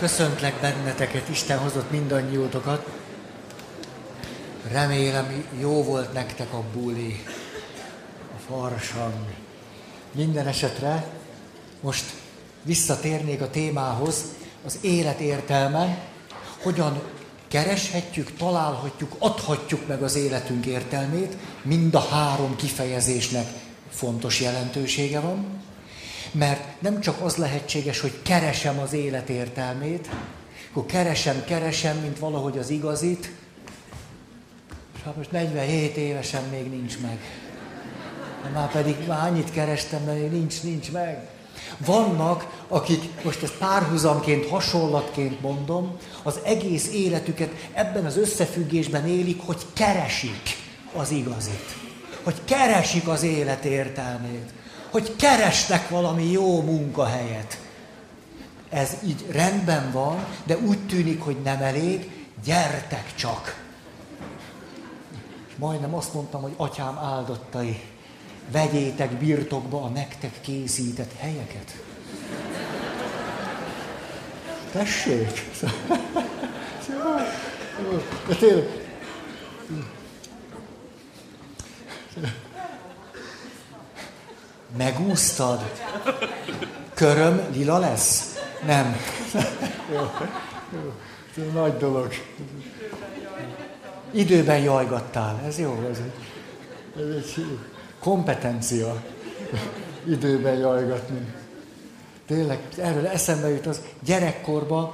Köszöntlek benneteket, Isten hozott mindannyiótokat. Remélem, jó volt nektek a buli, a farsang. Minden esetre most visszatérnék a témához, az élet értelme, hogyan kereshetjük, találhatjuk, adhatjuk meg az életünk értelmét. Mind a három kifejezésnek fontos jelentősége van. Mert nem csak az lehetséges, hogy keresem az élet értelmét, akkor keresem, mint valahogy az igazit, és hát most 47 évesen még nincs meg. Már annyit kerestem, de még nincs meg. Vannak, akik, most ezt párhuzamként, hasonlatként mondom, az egész életüket ebben az összefüggésben élik, hogy keresik az igazit. Hogy keresik az élet értelmét. Hogy keresnek valami jó munkahelyet. Ez így rendben van, de úgy tűnik, hogy nem elég, gyertek csak. És majdnem azt mondtam, hogy atyám áldottai, vegyétek birtokba a nektek készített helyeket. Tessék! De tényleg... Megúsztad? Köröm lila lesz? Nem. Jó. Nagy dolog. Időben jajgattál. Ez jó. Ez egy kompetencia. Időben jajgatni. Tényleg, erről eszembe jut az gyerekkorban,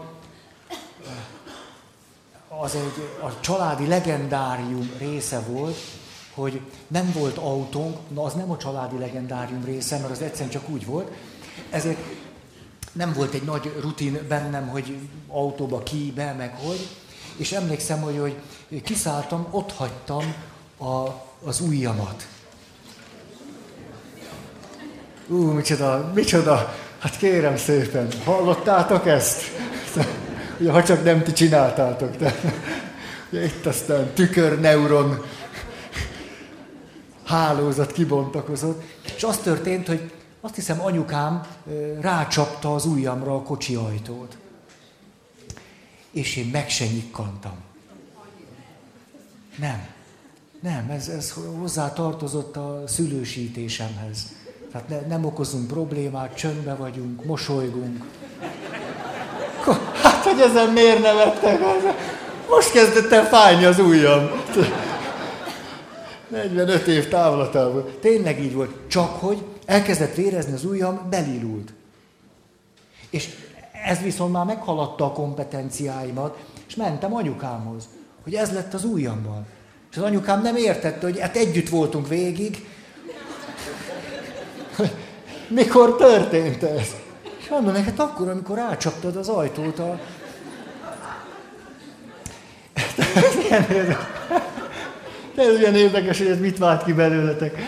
a családi legendárium része volt, hogy nem volt autónk, na az nem a családi legendárium része, mert az egyszerűen csak úgy volt, ezért nem volt egy nagy rutin bennem, hogy autóba ki, be, meg hogy, és emlékszem, hogy kiszálltam, ott hagytam az ujjamat. Micsoda, hát kérem szépen, hallottátok ezt? Ugye, ha csak nem ti csináltátok, de itt aztán tükörneuron hálózat kibontakozott, és az történt, hogy azt hiszem anyukám rácsapta az ujjamra a kocsi ajtót. És én meg se nyikkantam. Nem, ez hozzá tartozott a szülősítésemhez. Tehát nem okozunk problémát, csöndbe vagyunk, mosolygunk. Hát, hogy ezen miért nevettek? Most kezdett el fájni az ujjam. 45 év távlatából. Tényleg így volt. Csak hogy elkezdett vérezni az ujjam, belilult. És ez viszont már meghaladta a kompetenciáimat, és mentem anyukámhoz, hogy ez lett az ujjamban. És az anyukám nem értette, hogy hát együtt voltunk végig. Mikor történt ez? És mondom, hát akkor, amikor rácsaptad az ajtót Ez olyan érdekes, hogy ez mit vált ki belőletek.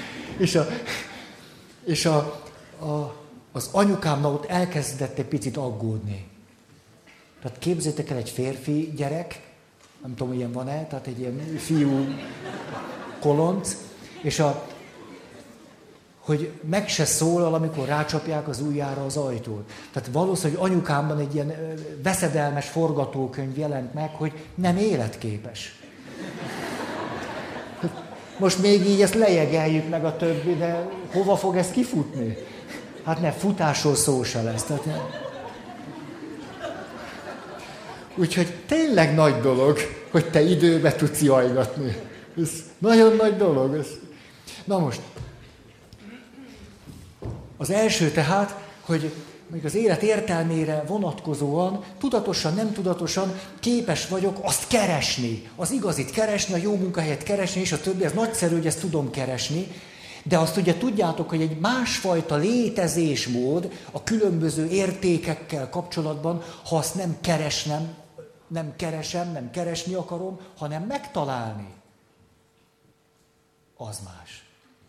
És az anyukámnak ott elkezdett egy picit aggódni. Tehát képzeljétek el, egy férfi gyerek, nem tudom, ilyen van-e, tehát egy ilyen fiú kolonc, és hogy meg se szólal, amikor rácsapják az ujjára az ajtót. Tehát valószínűleg anyukámban egy ilyen veszedelmes forgatókönyv jelent meg, hogy nem életképes. Most még így ezt lejegeljük meg a többi, de hova fog ez kifutni? Hát ne, futásról szó se lesz. Tehát úgyhogy tényleg nagy dolog, hogy te időbe tudsz jajgatni. Ez nagyon nagy dolog. Ez. Na most, az első tehát, hogy még az élet értelmére vonatkozóan, tudatosan, nem tudatosan képes vagyok azt keresni, az igazit keresni, a jó munkahelyet keresni, és a többi, ez nagyszerű, hogy ezt tudom keresni, de azt ugye tudjátok, hogy egy másfajta létezésmód a különböző értékekkel kapcsolatban, ha azt nem keresni akarom, hanem megtalálni, az más.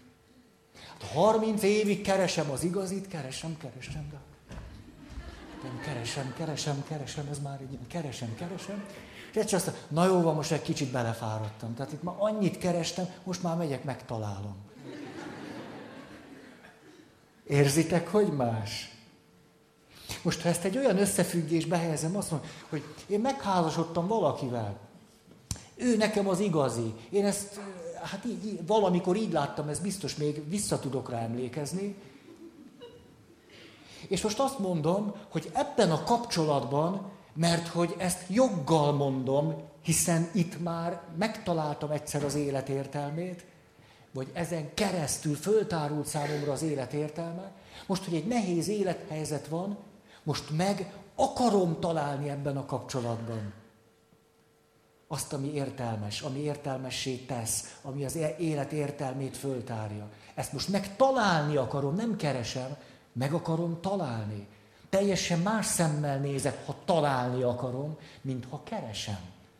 30 évig keresem az igazit, keresem, de nem keresem, ez már egy keresem. És egyszer azt mondja, na jó van, most egy kicsit belefáradtam. Tehát itt már annyit kerestem, most már megyek, megtalálom. Érzitek, hogy más? Most ha ezt egy olyan összefüggésbe helyezem, azt mondom, hogy én megházasodtam valakivel. Ő nekem az igazi. Én ezt, hát valamikor így láttam, ezt biztos még vissza tudok rá emlékezni. És most azt mondom, hogy ebben a kapcsolatban, mert hogy ezt joggal mondom, hiszen itt már megtaláltam egyszer az élet értelmét, vagy ezen keresztül föltárult számomra az élet értelme, most, hogy egy nehéz élethelyzet van, most meg akarom találni ebben a kapcsolatban azt, ami értelmes, ami értelmessé tesz, ami az élet értelmét föltárja. Ezt most megtalálni akarom, nem keresem, meg akarom találni. Teljesen más szemmel nézek, ha találni akarom, mint ha keresem.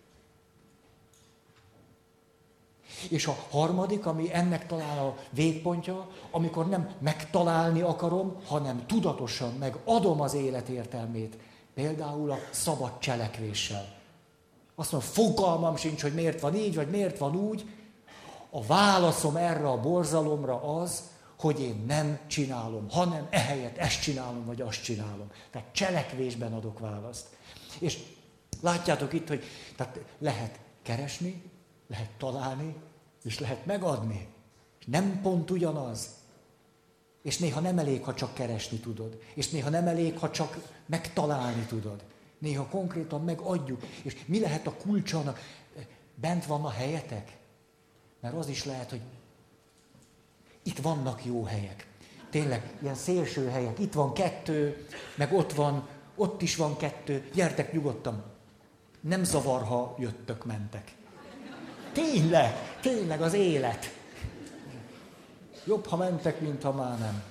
És a harmadik, ami ennek talán a végpontja, amikor nem megtalálni akarom, hanem tudatosan megadom az élet értelmét. Például a szabad cselekvéssel. Azt mondom, fogalmam sincs, hogy miért van így, vagy miért van úgy. A válaszom erre a borzalomra az, hogy én nem csinálom, hanem ehelyett ezt csinálom, vagy azt csinálom. Tehát cselekvésben adok választ. És látjátok itt, hogy tehát lehet keresni, lehet találni, és lehet megadni. Nem pont ugyanaz. És néha nem elég, ha csak keresni tudod. És néha nem elég, ha csak megtalálni tudod. Néha konkrétan megadjuk. És mi lehet a kulcsának? Bent van a helyetek? Mert az is lehet, hogy itt vannak jó helyek. Tényleg, ilyen szélső helyek. Itt van 2, meg ott is van 2. Gyertek nyugodtan. Nem zavar, ha jöttök, mentek. Tényleg az élet. Jobb, ha mentek, mint ha már nem.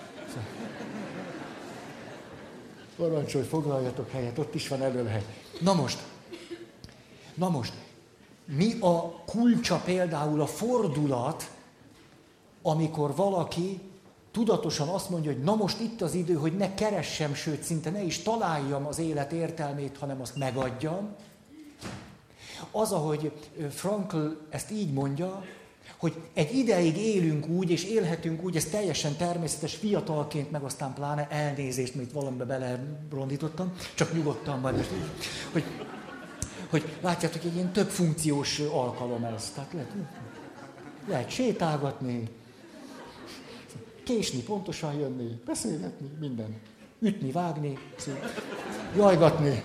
Parancsolj, foglaljatok helyet, ott is van előhely. Na most, mi a kulcsa például a fordulat, amikor valaki tudatosan azt mondja, hogy na most itt az idő, hogy ne keressem, sőt, szinte ne is találjam az élet értelmét, hanem azt megadjam. Az, ahogy Frankl ezt így mondja, hogy egy ideig élünk úgy, és élhetünk úgy, ez teljesen természetes, fiatalként, meg aztán pláne elnézést, mert itt valamibe belerondítottam, csak nyugodtan majd most így, hogy látjátok, egy ilyen több funkciós alkalom ez. Tehát lehet sétálgatni, késni, pontosan jönni, beszélgetni, minden. Ütni, vágni, jajgatni.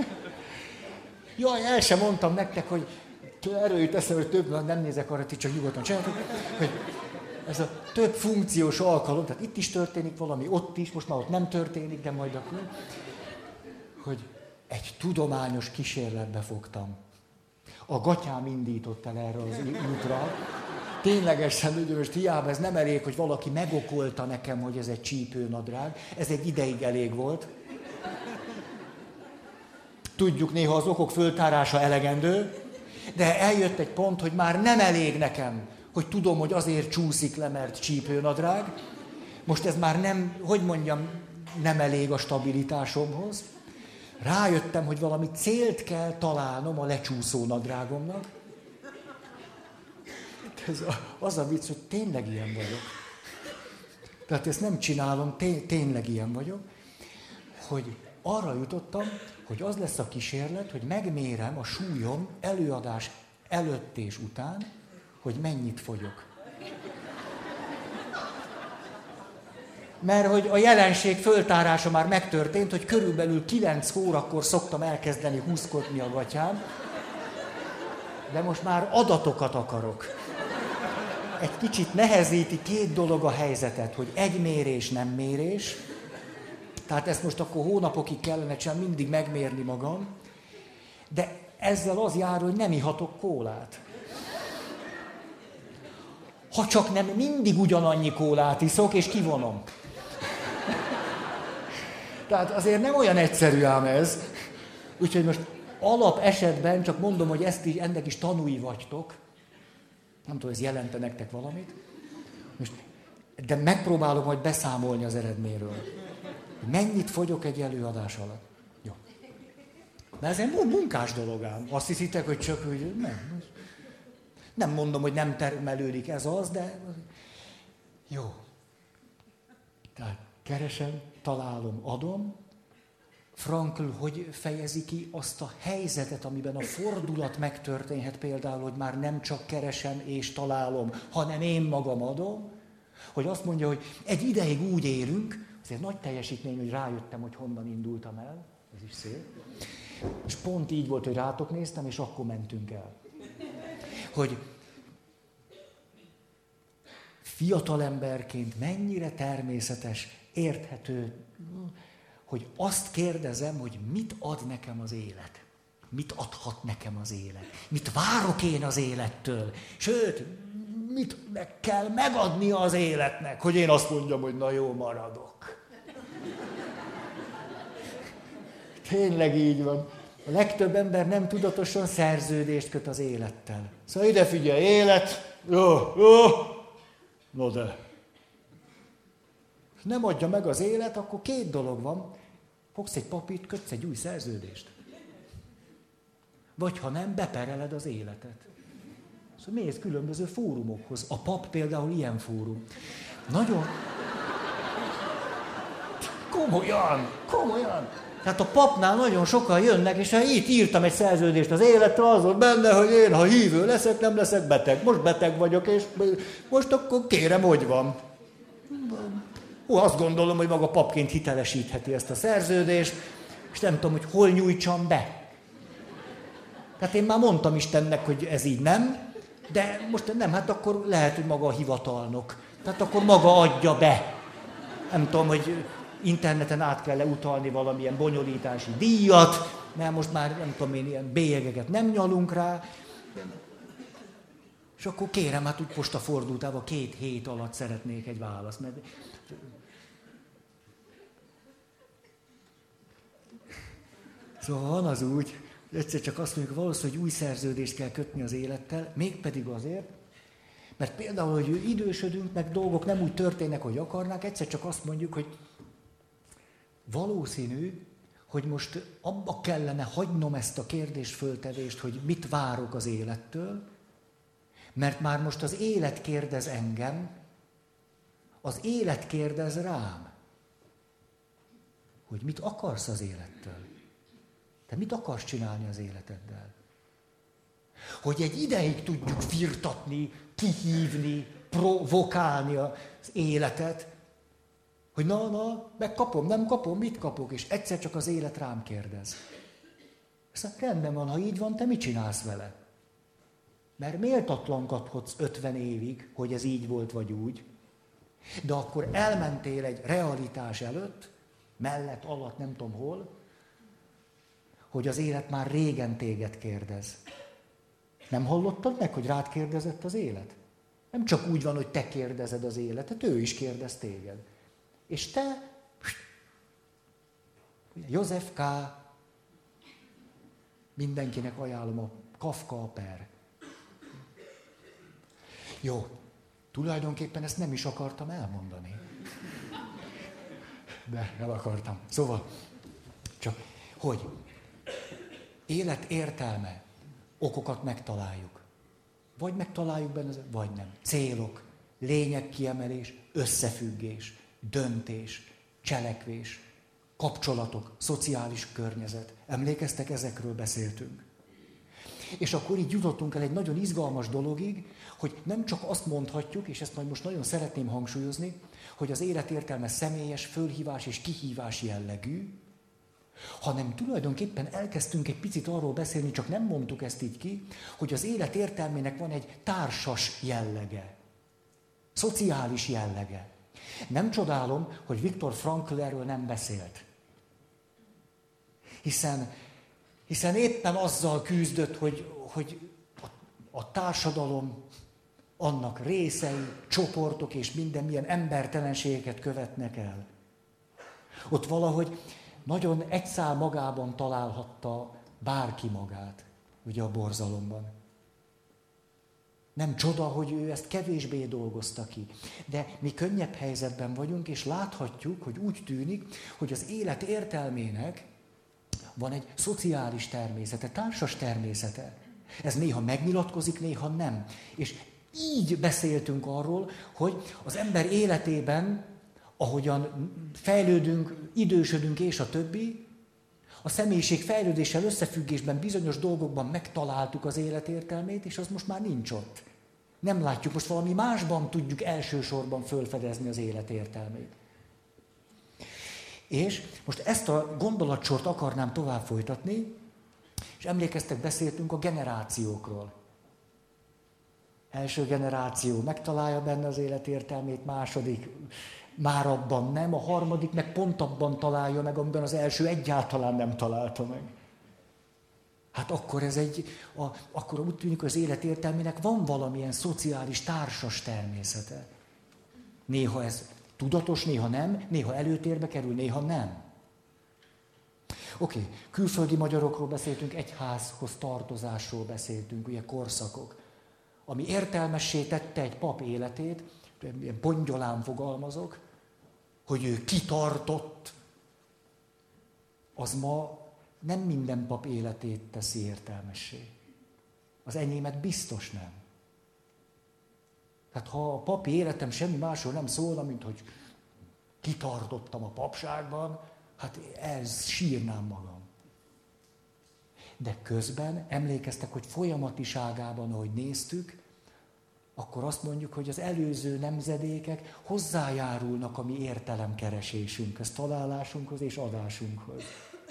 Jaj, el sem mondtam nektek, hogy erről jut eszembe, hogy több, nem nézek arra, ti csak nyugodtan csináltok, hogy ez a több funkciós alkalom, tehát itt is történik valami, ott is, most már ott nem történik, de majd akkor, hogy egy tudományos kísérletbe fogtam. A gatyám indított el erre az útra. Ténylegesen, hogy most hiába ez nem elég, hogy valaki megokolta nekem, hogy ez egy csípőnadrág, ez egy ideig elég volt. Tudjuk, néha az okok föltárása elegendő, de eljött egy pont, hogy már nem elég nekem, hogy tudom, hogy azért csúszik le, mert csípőnadrág. Most ez már nem, hogy mondjam, nem elég a stabilitásomhoz. Rájöttem, hogy valami célt kell találnom a lecsúszó nadrágomnak. Az a vicc, hogy tényleg ilyen vagyok. Tehát ezt nem csinálom, tényleg ilyen vagyok, hogy arra jutottam, hogy az lesz a kísérlet, hogy megmérem a súlyom előadás előtt és után, hogy mennyit fogyok. Mert hogy a jelenség föltárása már megtörtént, hogy körülbelül 9 órakor szoktam elkezdeni húzkodni a gatyám, de most már adatokat akarok. Egy kicsit nehezíti 2 dolog a helyzetet, hogy egy mérés, nem mérés. Tehát ezt most akkor hónapokig kellene csak mindig megmérni magam. De ezzel az jár, hogy nem ihatok kólát. Ha csak nem mindig ugyanannyi kólát iszok, és kivonom. Tehát azért nem olyan egyszerű ám ez. Úgyhogy most alap esetben csak mondom, hogy ennek is tanúi vagytok. Nem tudom, ez jelente nektek valamit. Most, de megpróbálom majd beszámolni az eredményről. Mennyit fogyok egy előadás alatt? Jó. Mert ez egy munkás dolog ám. Azt hiszitek, hogy csak, hogy nem. Nem mondom, hogy nem termelődik ez az, de jó. Tehát keresem, találom, adom, Frankl hogy fejezi ki azt a helyzetet, amiben a fordulat megtörténhet például, hogy már nem csak keresem és találom, hanem én magam adom, hogy azt mondja, hogy egy ideig úgy élünk, azért nagy teljesítmény, hogy rájöttem, hogy honnan indultam el, ez is szép, és pont így volt, hogy rátok néztem, és akkor mentünk el. Hogy fiatalemberként mennyire természetes, érthető, hogy azt kérdezem, hogy mit ad nekem az élet. Mit adhat nekem az élet. Mit várok én az élettől. Sőt, mit meg kell megadnia az életnek, hogy én azt mondjam, hogy na jó, maradok. Tényleg így van. A legtöbb ember nem tudatosan szerződést köt az élettel. Szóval ide figyelj, élet, jó, no de. Ha nem adja meg az élet, akkor két dolog van. Fogsz egy papírt, kötsz egy új szerződést. Vagy ha nem, bepereled az életet. Szóval mész különböző fórumokhoz. A pap például ilyen fórum. Nagyon... Komolyan. Tehát a papnál nagyon sokan jönnek, és ha itt írtam egy szerződést az életre, az volt benne, hogy én, ha hívő leszek, nem leszek beteg. Most beteg vagyok, és most akkor kérem, hogy van. Azt gondolom, hogy maga papként hitelesítheti ezt a szerződést, és nem tudom, hogy hol nyújtsam be. Tehát én már mondtam Istennek, hogy ez így nem, de most nem, hát akkor lehet, hogy maga a hivatalnok. Tehát akkor maga adja be. Nem tudom, hogy interneten át kell utalni valamilyen bonyolítási díjat, mert most már nem tudom én, ilyen bélyegeket nem nyalunk rá. És akkor kérem, hát úgy postafordultában 2 hét alatt szeretnék egy választ. Mert... Szóval van az úgy, hogy egyszer csak azt mondjuk, valószínűleg, hogy új szerződést kell kötni az élettel, mégpedig azért, mert például, hogy idősödünk, meg dolgok nem úgy történnek, hogy akarnák, egyszer csak azt mondjuk, hogy valószínű, hogy most abba kellene hagynom ezt a kérdésföltevést, hogy mit várok az élettől, mert már most az élet kérdez engem, az élet kérdez rám, hogy mit akarsz az élettől. Te mit akarsz csinálni az életeddel? Hogy egy ideig tudjuk firtatni, kihívni, provokálni az életet, hogy na, megkapom, nem kapom, mit kapok, és egyszer csak az élet rám kérdez. Aztán rendben van, ha így van, te mit csinálsz vele? Mert méltatlankodsz 50 évig, hogy ez így volt, vagy úgy, de akkor elmentél egy realitás előtt, mellett, alatt, nem tudom hol, hogy az élet már régen téged kérdez. Nem hallottad meg, hogy rád kérdezett az élet? Nem csak úgy van, hogy te kérdezed az életet, ő is kérdez téged. És te, József K., mindenkinek ajánlom a Kafka per. Jó, tulajdonképpen ezt nem is akartam elmondani. De el akartam. Szóval, csak, hogy élet értelme, okokat megtaláljuk. Vagy megtaláljuk benne, vagy nem. Célok, lényegkiemelés, összefüggés, döntés, cselekvés, kapcsolatok, szociális környezet. Emlékeztek, ezekről beszéltünk. És akkor így jutottunk el egy nagyon izgalmas dologig, hogy nem csak azt mondhatjuk, és ezt majd most nagyon szeretném hangsúlyozni, hogy az élet értelme személyes, fölhívás és kihívás jellegű, hanem tulajdonképpen elkezdtünk egy picit arról beszélni, csak nem mondtuk ezt így ki, hogy az élet értelmének van egy társas jellege, szociális jellege. Nem csodálom, hogy Viktor Frankl erről nem beszélt. Hiszen éppen azzal küzdött, hogy a társadalom, annak részei, csoportok és mindenmilyen embertelenségeket követnek el. Ott valahogy nagyon egy szál magában találhatta bárki magát, ugye a borzalomban. Nem csoda, hogy ő ezt kevésbé dolgozta ki. De mi könnyebb helyzetben vagyunk, és láthatjuk, hogy úgy tűnik, hogy az élet értelmének van egy szociális természete, társas természete. Ez néha megnyilatkozik, néha nem. És így beszéltünk arról, hogy az ember életében, ahogyan fejlődünk, idősödünk és a többi, A személyiség fejlődéssel összefüggésben bizonyos dolgokban megtaláltuk az élet értelmét, és az most már nincs ott. Nem látjuk, most valami másban tudjuk elsősorban fölfedezni az élet értelmét. És most ezt a gondolatsort akarnám tovább folytatni, és emlékeztek, beszéltünk a generációkról. Első generáció megtalálja benne az élet értelmét, második már abban nem, a harmadik meg pont abban találja meg, amiben az első egyáltalán nem találta meg. Hát akkor akkor úgy tűnik, hogy az élet értelmének van valamilyen szociális, társas természete. Néha ez tudatos, néha nem, néha előtérbe kerül, néha nem. Oké, külföldi magyarokról beszéltünk, egyházhoz tartozásról beszéltünk, ugye korszakok. Ami értelmessé tette egy pap életét, ilyen pongyolán fogalmazok, hogy ő kitartott, az ma nem minden pap életét teszi értelmessé. Az enyémet biztos nem. Tehát ha a papi életem semmi másról nem szólna, mint hogy kitartottam a papságban, hát ez sírnám magam. De közben emlékeztek, hogy folyamatiságában, ahogy néztük, akkor azt mondjuk, hogy az előző nemzedékek hozzájárulnak a mi értelemkeresésünkhez, találásunkhoz és adásunkhoz.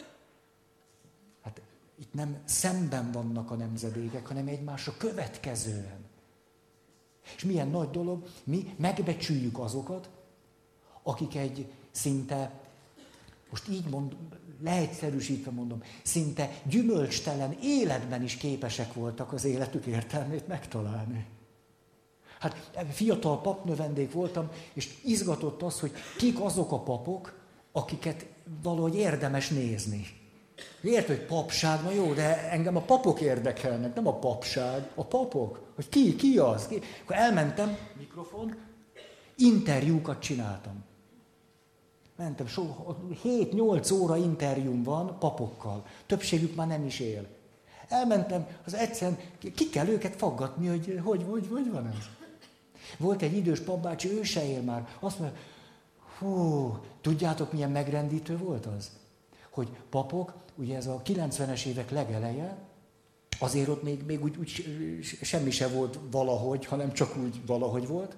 Hát itt nem szemben vannak a nemzedékek, hanem egymásra következően. És milyen nagy dolog, mi megbecsüljük azokat, akik egy szinte, most így leegyszerűsítve mondom, szinte gyümölcstelen életben is képesek voltak az életük értelmét megtalálni. Hát fiatal papnövendék voltam, és izgatott az, hogy kik azok a papok, akiket valahogy érdemes nézni. Érted, hogy papság, na jó, de engem a papok érdekelnek, nem a papság, a papok. Hogy ki az? Ki? Akkor elmentem, mikrofon, interjúkat csináltam. Mentem, 7-8 óra interjúm van papokkal. Többségük már nem is él. Elmentem, az egyszerűen, ki kell őket faggatni, hogy van ez. Volt egy idős papbácsi, ő se él már. Azt mondja, tudjátok, milyen megrendítő volt az? Hogy papok, ugye ez a 90-es évek legeleje, azért ott még úgy semmi se volt valahogy, hanem csak úgy valahogy volt.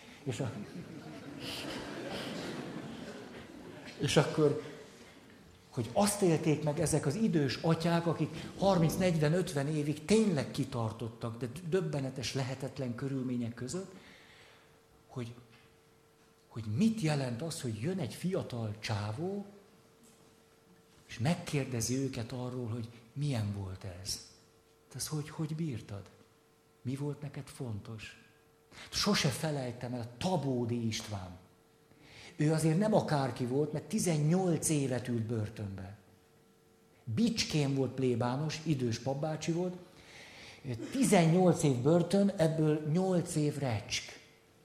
És akkor, hogy azt élték meg ezek az idős atyák, akik 30-40-50 évig tényleg kitartottak, de döbbenetes, lehetetlen körülmények között, hogy mit jelent az, hogy jön egy fiatal csávó, és megkérdezi őket arról, hogy milyen volt ez. Te ezt hogy bírtad? Mi volt neked fontos? Sose felejtem el, Tabódi István. Ő azért nem akárki volt, mert 18 évet ült börtönbe. Bicskén volt plébános, idős papbácsi volt. 18 év börtön, ebből 8 év recsk.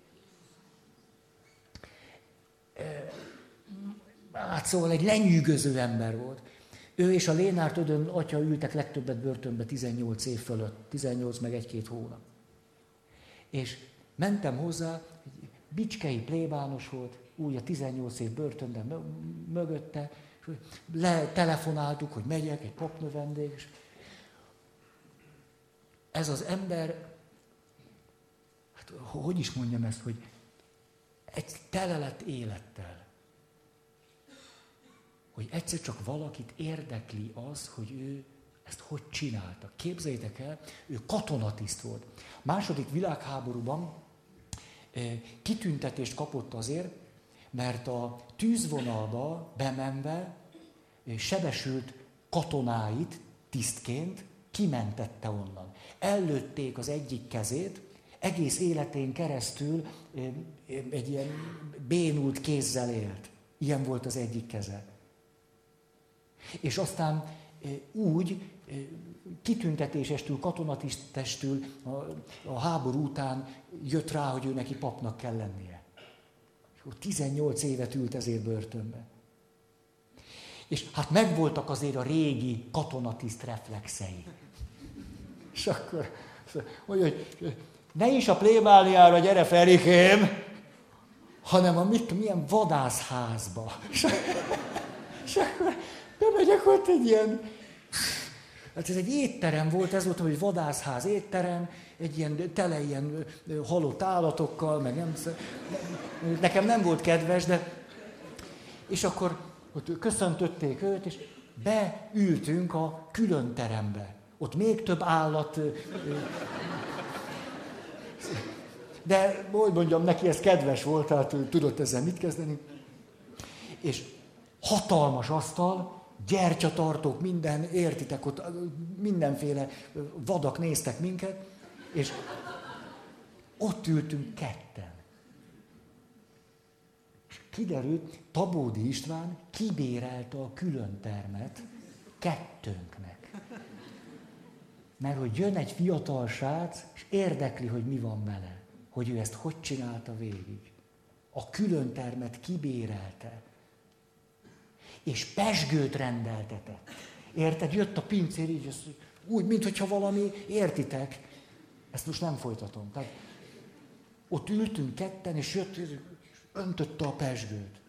Hát szóval egy lenyűgöző ember volt. Ő és a Lénárt Ödön atya ültek legtöbbet börtönbe 18 év fölött, 18 meg 1-2 hónap. És mentem hozzá, egy bicskei plébános volt, úgy a 18 év börtönben mögötte, és telefonáltuk, hogy megyek, egy papnövendég, és ez az ember, hát hogy is mondjam ezt, hogy egy tele lett élettel. Hogy egyszer csak valakit érdekli az, hogy ő ezt hogy csinálta. Képzeljétek el, ő katonatiszt volt. Második világháborúban kitüntetést kapott azért, mert a tűzvonalba bemenve sebesült katonáit tisztként kimentette onnan. Ellőtték az egyik kezét, egész életén keresztül egy ilyen bénult kézzel élt. Ilyen volt az egyik keze. És aztán úgy kitüntetésestül, katonatisztestül a háború után jött rá, hogy ő neki papnak kell lennie. 18 évet ült ezért börtönbe. És hát megvoltak azért a régi katonatiszt reflexei. És akkor mondja, hogy ne is a plébániára gyere, Ferikém, hanem a milyen vadászházba. És akkor Bemegyek ott egy ilyen... Hát ez egy étterem volt, ez volt, hogy vadászház étterem, egy ilyen tele ilyen halott állatokkal, meg nem... Nekem nem volt kedves, de... És akkor ott köszöntötték őt, és beültünk a külön terembe. Ott még több állat... De, hogy mondjam, neki ez kedves volt, tehát ő tudott ezzel mit kezdeni. És hatalmas asztal, gyertyatartók, minden, értitek, ott mindenféle vadak néztek minket, és ott ültünk ketten. És kiderült, Tabódi István kibérelte a külön termet kettőnknek. Mert hogy jön egy fiatal srác, és érdekli, hogy mi van vele. Hogy ő ezt hogy csinálta végig. A külön termet kibérelte. És pezsgőt rendeltetett. Érted? Jött a pincér így, úgy, mintha valami, értitek? Ezt most nem folytatom. Tehát ott ültünk ketten, és jött, és öntötte a pezsgőt.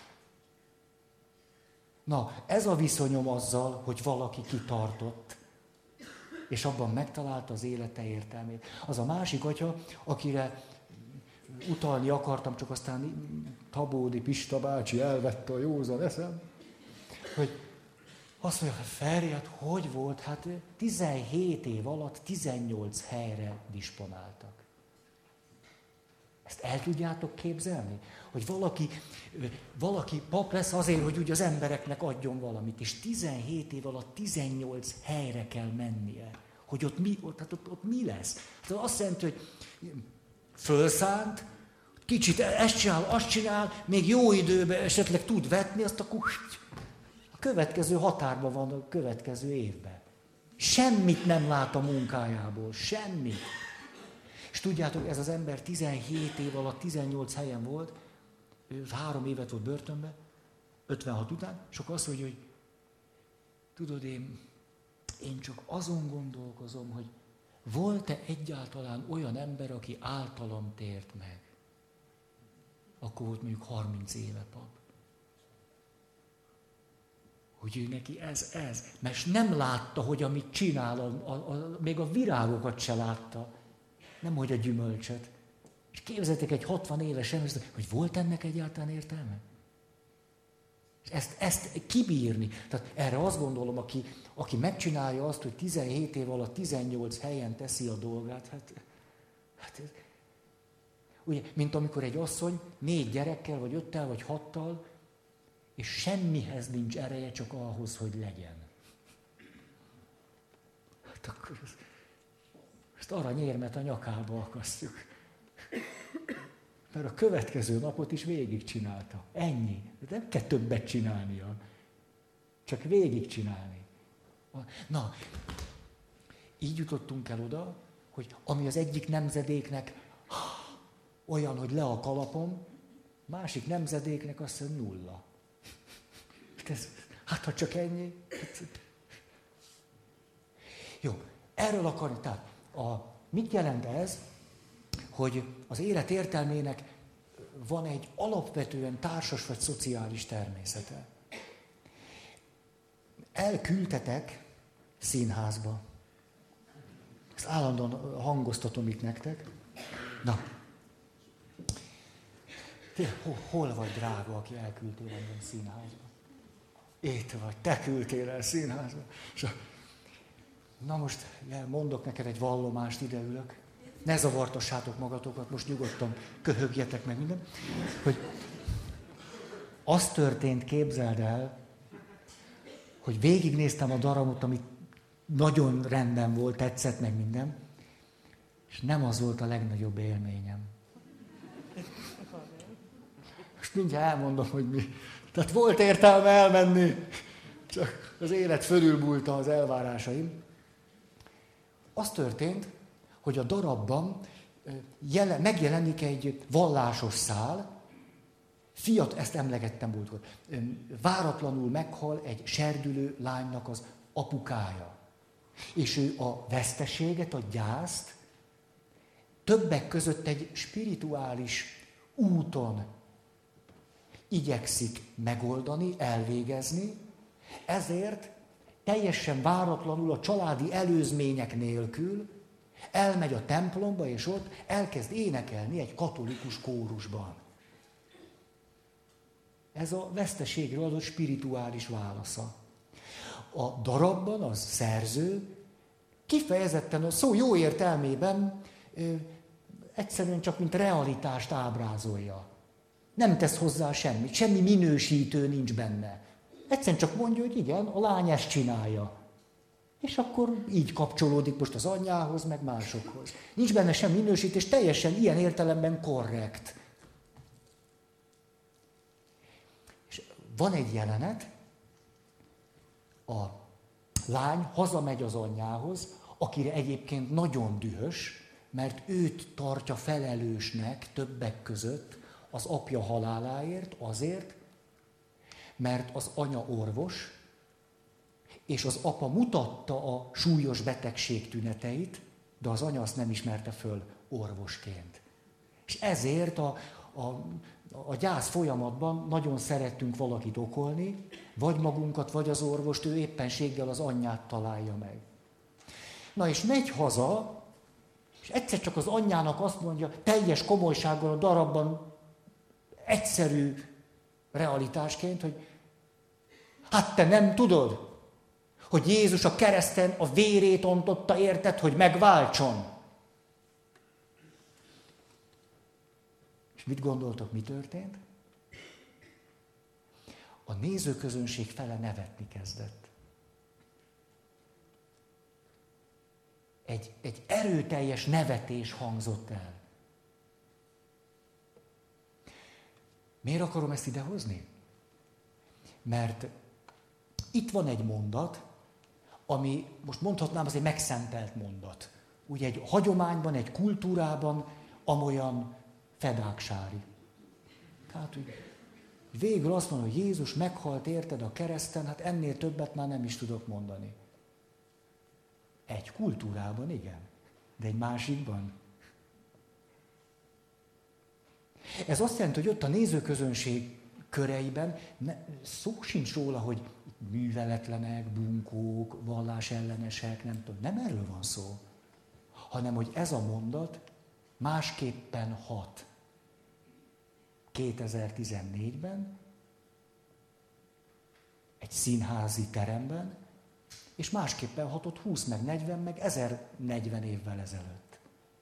Na, ez a viszonyom azzal, hogy valaki kitartott, és abban megtalálta az élete értelmét. Az a másik atya, akire utalni akartam, csak aztán Tabódi Pista bácsi elvette a józan eszem, hogy azt mondja, hogy Feri, hát hogy volt? Hát 17 év alatt 18 helyre disponáltak. Ezt el tudjátok képzelni? Hogy valaki pap lesz azért, hogy úgy az embereknek adjon valamit, és 17 év alatt 18 helyre kell mennie. Hogy ott mi lesz? Tehát azt jelenti, hogy fölszánt, kicsit ezt csinál, azt csinál, még jó időben esetleg tud vetni, azt akkor a következő határban van a következő évben. Semmit nem lát a munkájából, semmit. És tudjátok, ez az ember 17 év alatt 18 helyen volt, ő 3 évet volt börtönbe, 56 után, és akkor azt mondja, hogy tudod, én csak azon gondolkozom, hogy volt-e egyáltalán olyan ember, aki általam tért meg. Akkor volt mondjuk 30 éve pap. Hogy ő neki ez. Mert nem látta, hogy amit csinál, még a virágokat se látta. Nem, hogy a gyümölcsöt. És képzeljétek egy 60 éves ember, hogy volt ennek egyáltalán értelme? És ezt kibírni. Tehát erre azt gondolom, aki megcsinálja azt, hogy 17 év alatt 18 helyen teszi a dolgát, hát ugye, mint amikor egy asszony 4 gyerekkel, vagy 5-tel, vagy 6-tal, és semmihez nincs ereje, csak ahhoz, hogy legyen. Hát akkor ezt aranyérmet a nyakába akasztjuk. Mert a következő napot is végigcsinálta. Ennyi. Nem kell többet csinálnia. Csak végigcsinálni. Na, így jutottunk el oda, hogy ami az egyik nemzedéknek olyan, hogy le a kalapom, másik nemzedéknek azt mondja 0. Hát ha csak ennyi. Jó, erről akarni. Tehát mit jelent ez, hogy az élet értelmének van egy alapvetően társas vagy szociális természete. Elküldtetek színházba. Ezt állandóan hangoztatom itt nektek. Na, hol vagy, drága, aki elküldtél engem színházba? Itt vagy, te küldtél el színházba. Na most mondok neked egy vallomást, ideülök. Ne zavartassátok magatokat, most nyugodtan köhögjetek meg minden. Hogy az történt, képzeld el, hogy végignéztem a darabot, ami nagyon rendben volt, tetszett meg minden, és nem az volt a legnagyobb élményem. Most mindjárt elmondom, hogy mi. Tehát volt értelme elmenni, csak az élet fölülmúlta az elvárásaim. Az történt, hogy a darabban megjelenik egy vallásos szál, ezt emlegettem múltkor, váratlanul meghal egy serdülő lánynak az apukája. És ő a veszteséget, a gyászt többek között egy spirituális úton igyekszik megoldani, elvégezni, Ezért teljesen váratlanul a családi előzmények nélkül elmegy a templomba, és ott elkezd énekelni egy katolikus kórusban. Ez a veszteségre adott spirituális válasza. A darabban az szerző kifejezetten a szó jó értelmében egyszerűen csak mint realitást ábrázolja. Nem tesz hozzá semmit, semmi minősítő nincs benne. Egyszerűen csak mondja, hogy igen, a lány ezt csinálja. És akkor így kapcsolódik most az anyjához, meg másokhoz. Nincs benne sem minősítés, teljesen ilyen értelemben korrekt. És van egy jelenet, a lány hazamegy az anyjához, akire egyébként nagyon dühös, mert őt tartja felelősnek többek között az apja haláláért, azért, mert az anya orvos, és az apa mutatta a súlyos betegség tüneteit, de az anya azt nem ismerte föl orvosként. És ezért a gyász folyamatban nagyon szerettünk valakit okolni, vagy magunkat, vagy az orvost, ő éppenséggel az anyját találja meg. Na és megy haza, és egyszer csak az anyjának azt mondja, teljes komolysággal a darabban egyszerű realitásként, hogy hát te nem tudod, hogy Jézus a kereszten a vérét ontotta, érted, hogy megváltson. És mit gondoltok, mi történt? A nézőközönség fele nevetni kezdett. Egy erőteljes nevetés hangzott el. Miért akarom ezt idehozni? Mert itt van egy mondat, ami, most mondhatnám, az egy megszentelt mondat. Ugye egy hagyományban, egy kultúrában, amolyan fedáksári. Tehát, hogy végül azt mondom, hogy Jézus meghalt érted a kereszten, hát ennél többet már nem is tudok mondani. Egy kultúrában igen, de egy másikban. Ez azt jelenti, hogy ott a nézőközönség köreiben szó sincs róla, hogy műveletlenek, bunkók, vallásellenesek, nem tudom. Nem erről van szó, hanem hogy ez a mondat másképpen hat 2014-ben, egy színházi teremben, és másképpen hatott 20 meg 40 meg 1040 évvel ezelőtt.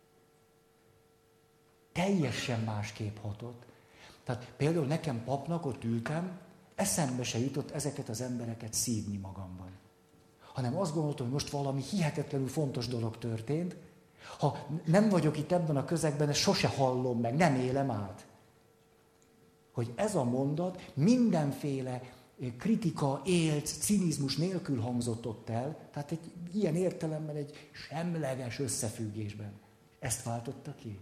Teljesen másképp hatott. Tehát például nekem papnak ott ültem, eszembe se jutott ezeket az embereket szídni magamban. Hanem azt gondoltam, hogy most valami hihetetlenül fontos dolog történt. Ha nem vagyok itt ebben a közegben, ezt sose hallom meg, nem élem át. Hogy ez a mondat mindenféle kritika, élt, cinizmus nélkül hangzott ott el, tehát egy ilyen értelemben egy semleges összefüggésben. Ezt váltotta ki.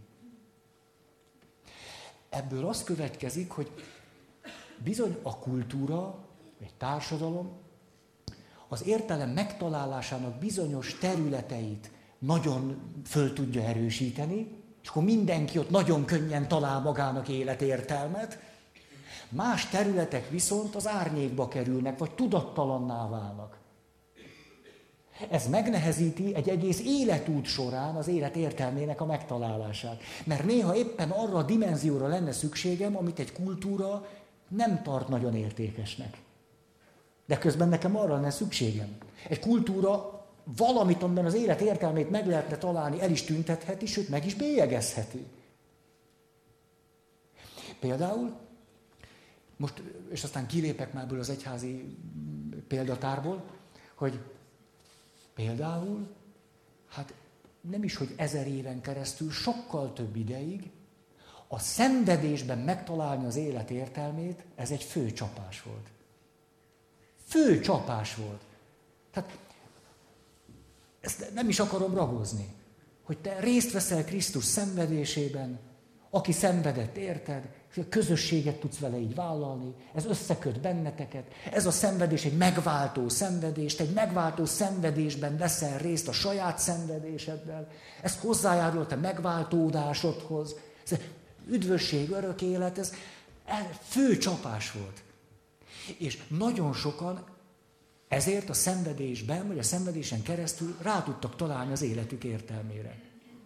Ebből az következik, hogy bizony a kultúra, egy társadalom az értelem megtalálásának bizonyos területeit nagyon föl tudja erősíteni, és akkor mindenki ott nagyon könnyen talál magának életértelmet, más területek viszont az árnyékba kerülnek, vagy tudattalanná válnak. Ez megnehezíti egy egész életút során az élet értelmének a megtalálását. Mert néha éppen arra a dimenzióra lenne szükségem, amit egy kultúra nem tart nagyon értékesnek. De közben nekem arra lenne szükségem. Egy kultúra valamit, amiben az élet értelmét meg lehetne találni, el is tüntetheti, sőt meg is bélyegezheti. Például, most, és aztán kilépek már ebből az egyházi példatárból, hogy például, hát nem is, hogy 1000 éven keresztül, sokkal több ideig a szenvedésben megtalálni az élet értelmét, ez egy fő csapás volt. Fő csapás volt. Tehát ezt nem is akarom ragozni, hogy te részt veszel Krisztus szenvedésében, aki szenvedett, érted, és a közösséget tudsz vele így vállalni, ez összeköt benneteket, ez a szenvedés egy megváltó szenvedés, te egy megváltó szenvedésben veszel részt a saját szenvedéseddel, ez hozzájárul a te megváltódásodhoz, ez üdvösség, örök élet, ez fő csapás volt. És nagyon sokan Ezért a szenvedésben, vagy a szenvedésen keresztül rá tudtak találni az életük értelmére.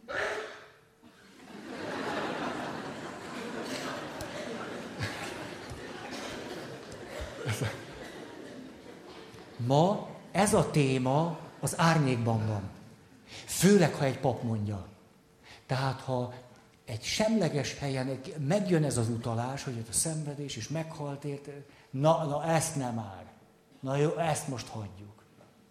Ma ez a téma az árnyékban van. Főleg, ha egy pap mondja. Tehát, ha egy semleges helyen megjön ez az utalás, hogy a szenvedés és meghalt érte, na ezt nem áll. Na jó, ezt most hagyjuk.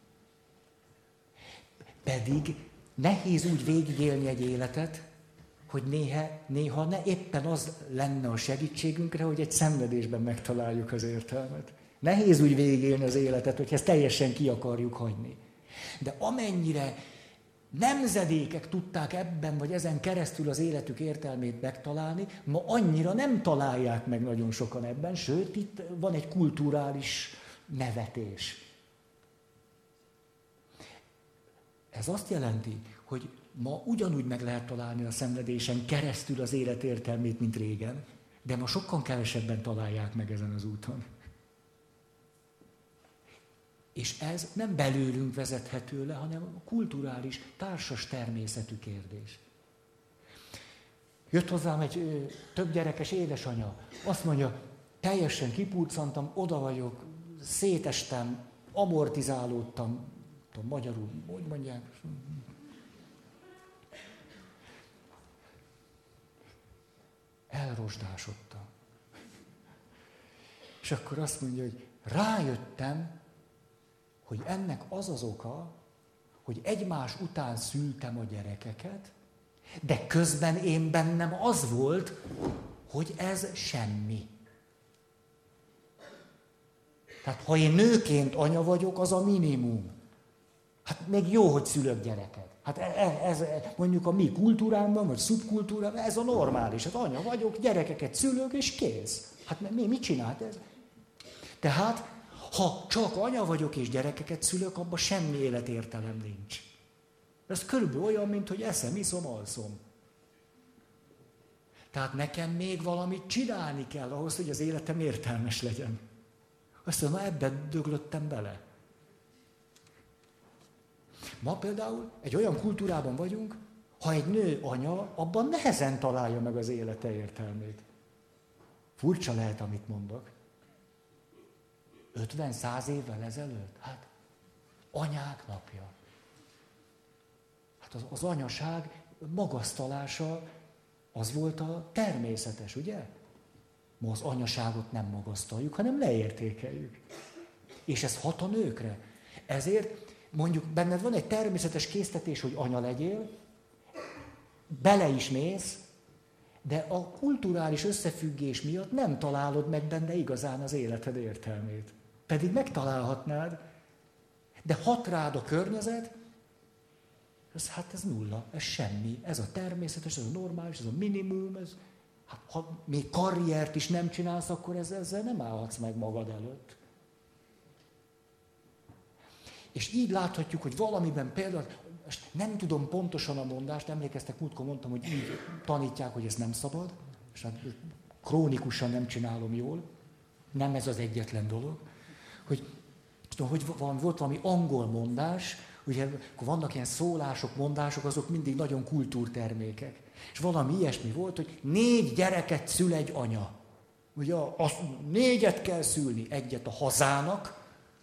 Pedig nehéz úgy végigélni egy életet, hogy néha ne éppen az lenne a segítségünkre, hogy egy szenvedésben megtaláljuk az értelmet. Nehéz úgy végigélni az életet, hogy ezt teljesen ki akarjuk hagyni. De amennyire nemzedékek tudták ebben vagy ezen keresztül az életük értelmét megtalálni, ma annyira nem találják meg nagyon sokan ebben, sőt, itt van egy kulturális nevetés. Ez azt jelenti, hogy ma ugyanúgy meg lehet találni a szenvedésen keresztül az élet értelmét, mint régen, de ma sokkal kevesebben találják meg ezen az úton. És ez nem belőlünk vezethető le, hanem a kulturális, társas természetű kérdés. Jött hozzám egy több gyerekes édesanya, azt mondja, teljesen kipurcantam, oda vagyok, szétestem, amortizálódtam, tudom, magyarul, hogy mondják? Elrosdásodtam. És akkor azt mondja, hogy rájöttem, hogy ennek az az oka, hogy egymás után szültem a gyerekeket, de közben én bennem az volt, hogy ez semmi. Tehát ha én nőként anya vagyok, az a minimum. Hát még jó, hogy szülök gyereket. Hát ez mondjuk a mi kultúránkban, vagy szubkultúrában, ez a normális. Hát anya vagyok, gyerekeket szülök, és kész. Hát mit csinált ez? Tehát, ha csak anya vagyok és gyerekeket szülök, abban semmi életértelem nincs. Ez körülbelül olyan, mint hogy eszem, iszom, alszom. Tehát nekem még valamit csinálni kell ahhoz, hogy az életem értelmes legyen. Azt mondom, ebben döglöttem bele. Ma például egy olyan kultúrában vagyunk, ha egy nő anya, abban nehezen találja meg az élete értelmét. Furcsa lehet, amit mondok. 50-100 évvel ezelőtt? Hát, anyák napja. Hát az anyaság magasztalása az volt a természetes, ugye? Ma az anyaságot nem magasztaljuk, hanem leértékeljük. És ez hat a nőkre. Ezért mondjuk benned van egy természetes késztetés, hogy anya legyél, bele is mész, de a kulturális összefüggés miatt nem találod meg benne igazán az életed értelmét. Pedig megtalálhatnád, de hat rád a környezet, ez nulla, ez semmi, ez a természetes, ez a normális, ez a minimum, hát, ha még karriert is nem csinálsz, akkor ezzel nem állhatsz meg magad előtt. És így láthatjuk, hogy valamiben például, nem tudom pontosan a mondást, emlékeztek, múltkor mondtam, hogy így tanítják, hogy ez nem szabad, és hát krónikusan nem csinálom jól, nem ez az egyetlen dolog, hogy volt valami angol mondás, ugye akkor vannak ilyen szólások, mondások, azok mindig nagyon kultúrtermékek. És valami ilyesmi volt, hogy 4 gyereket szül egy anya. Ugye 4 kell szülni, egyet a hazának,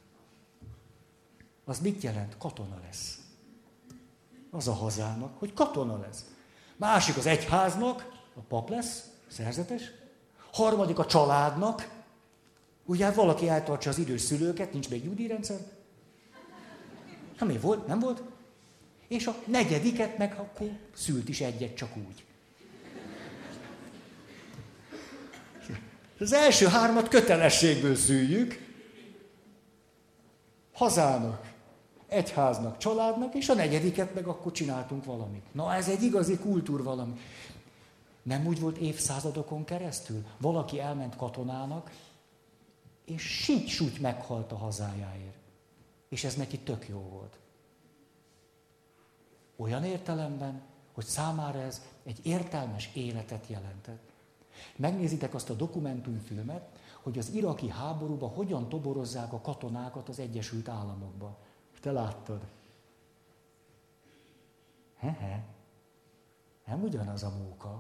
az mit jelent? Katona lesz. Az a hazának, hogy katona lesz. Másik az egyháznak, a pap lesz, szerzetes. Harmadik a családnak, ugye valaki eltartsa az idős szülőket, nincs még nyugdíjrendszer. Mi volt? Nem volt? És a 4. meg akkor szült is egyet csak úgy. Az első 3 kötelességből szüljük. Hazának, egyháznak, családnak, és a 4. meg akkor csináltunk valamit. Na, ez egy igazi kultúr valami. Nem úgy volt évszázadokon keresztül? Valaki elment katonának, és sígy-súgy meghalt a hazájáért. És ez neki tök jó volt. Olyan értelemben, hogy számára ez egy értelmes életet jelentett. Megnézitek azt a dokumentumfilmet, hogy az iraki háborúban hogyan toborozzák a katonákat az Egyesült Államokba. Te láttad? Nem ugyanaz a móka.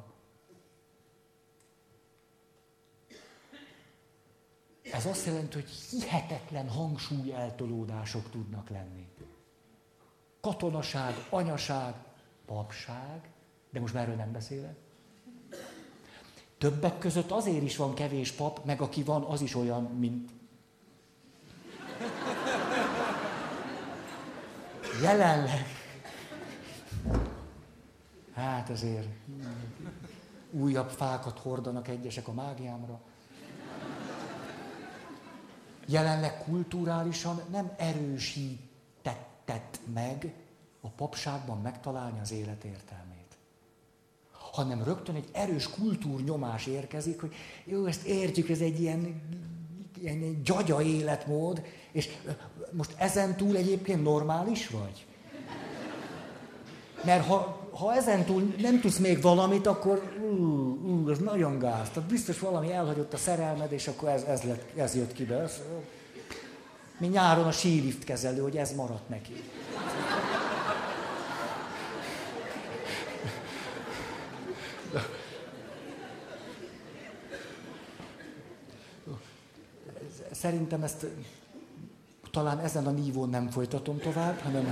Ez azt jelenti, hogy hihetetlen hangsúly eltolódások tudnak lenni. Katonaság, anyaság, papság, de most már erről nem beszélek. Többek között azért is van kevés pap, meg aki van, az is olyan, mint... Jelenleg. Hát azért újabb fákat hordanak egyesek a mágiámra. Jelenleg kulturálisan nem erősítettet meg a papságban megtalálni az élet értelmét. Hanem rögtön egy erős kultúrnyomás érkezik, hogy jó, ezt értjük, ez egy ilyen gyagya életmód, és most ezentúl egyébként normális vagy? Mert ha ezentúl nem tudsz még valamit, akkor ez nagyon gáz. Tehát biztos valami elhagyott a szerelmed, és akkor ez jött ki be. Mi nyáron a sílift kezelő, hogy ez maradt neki. Szerintem ezt talán ezen a nívón nem folytatom tovább, hanem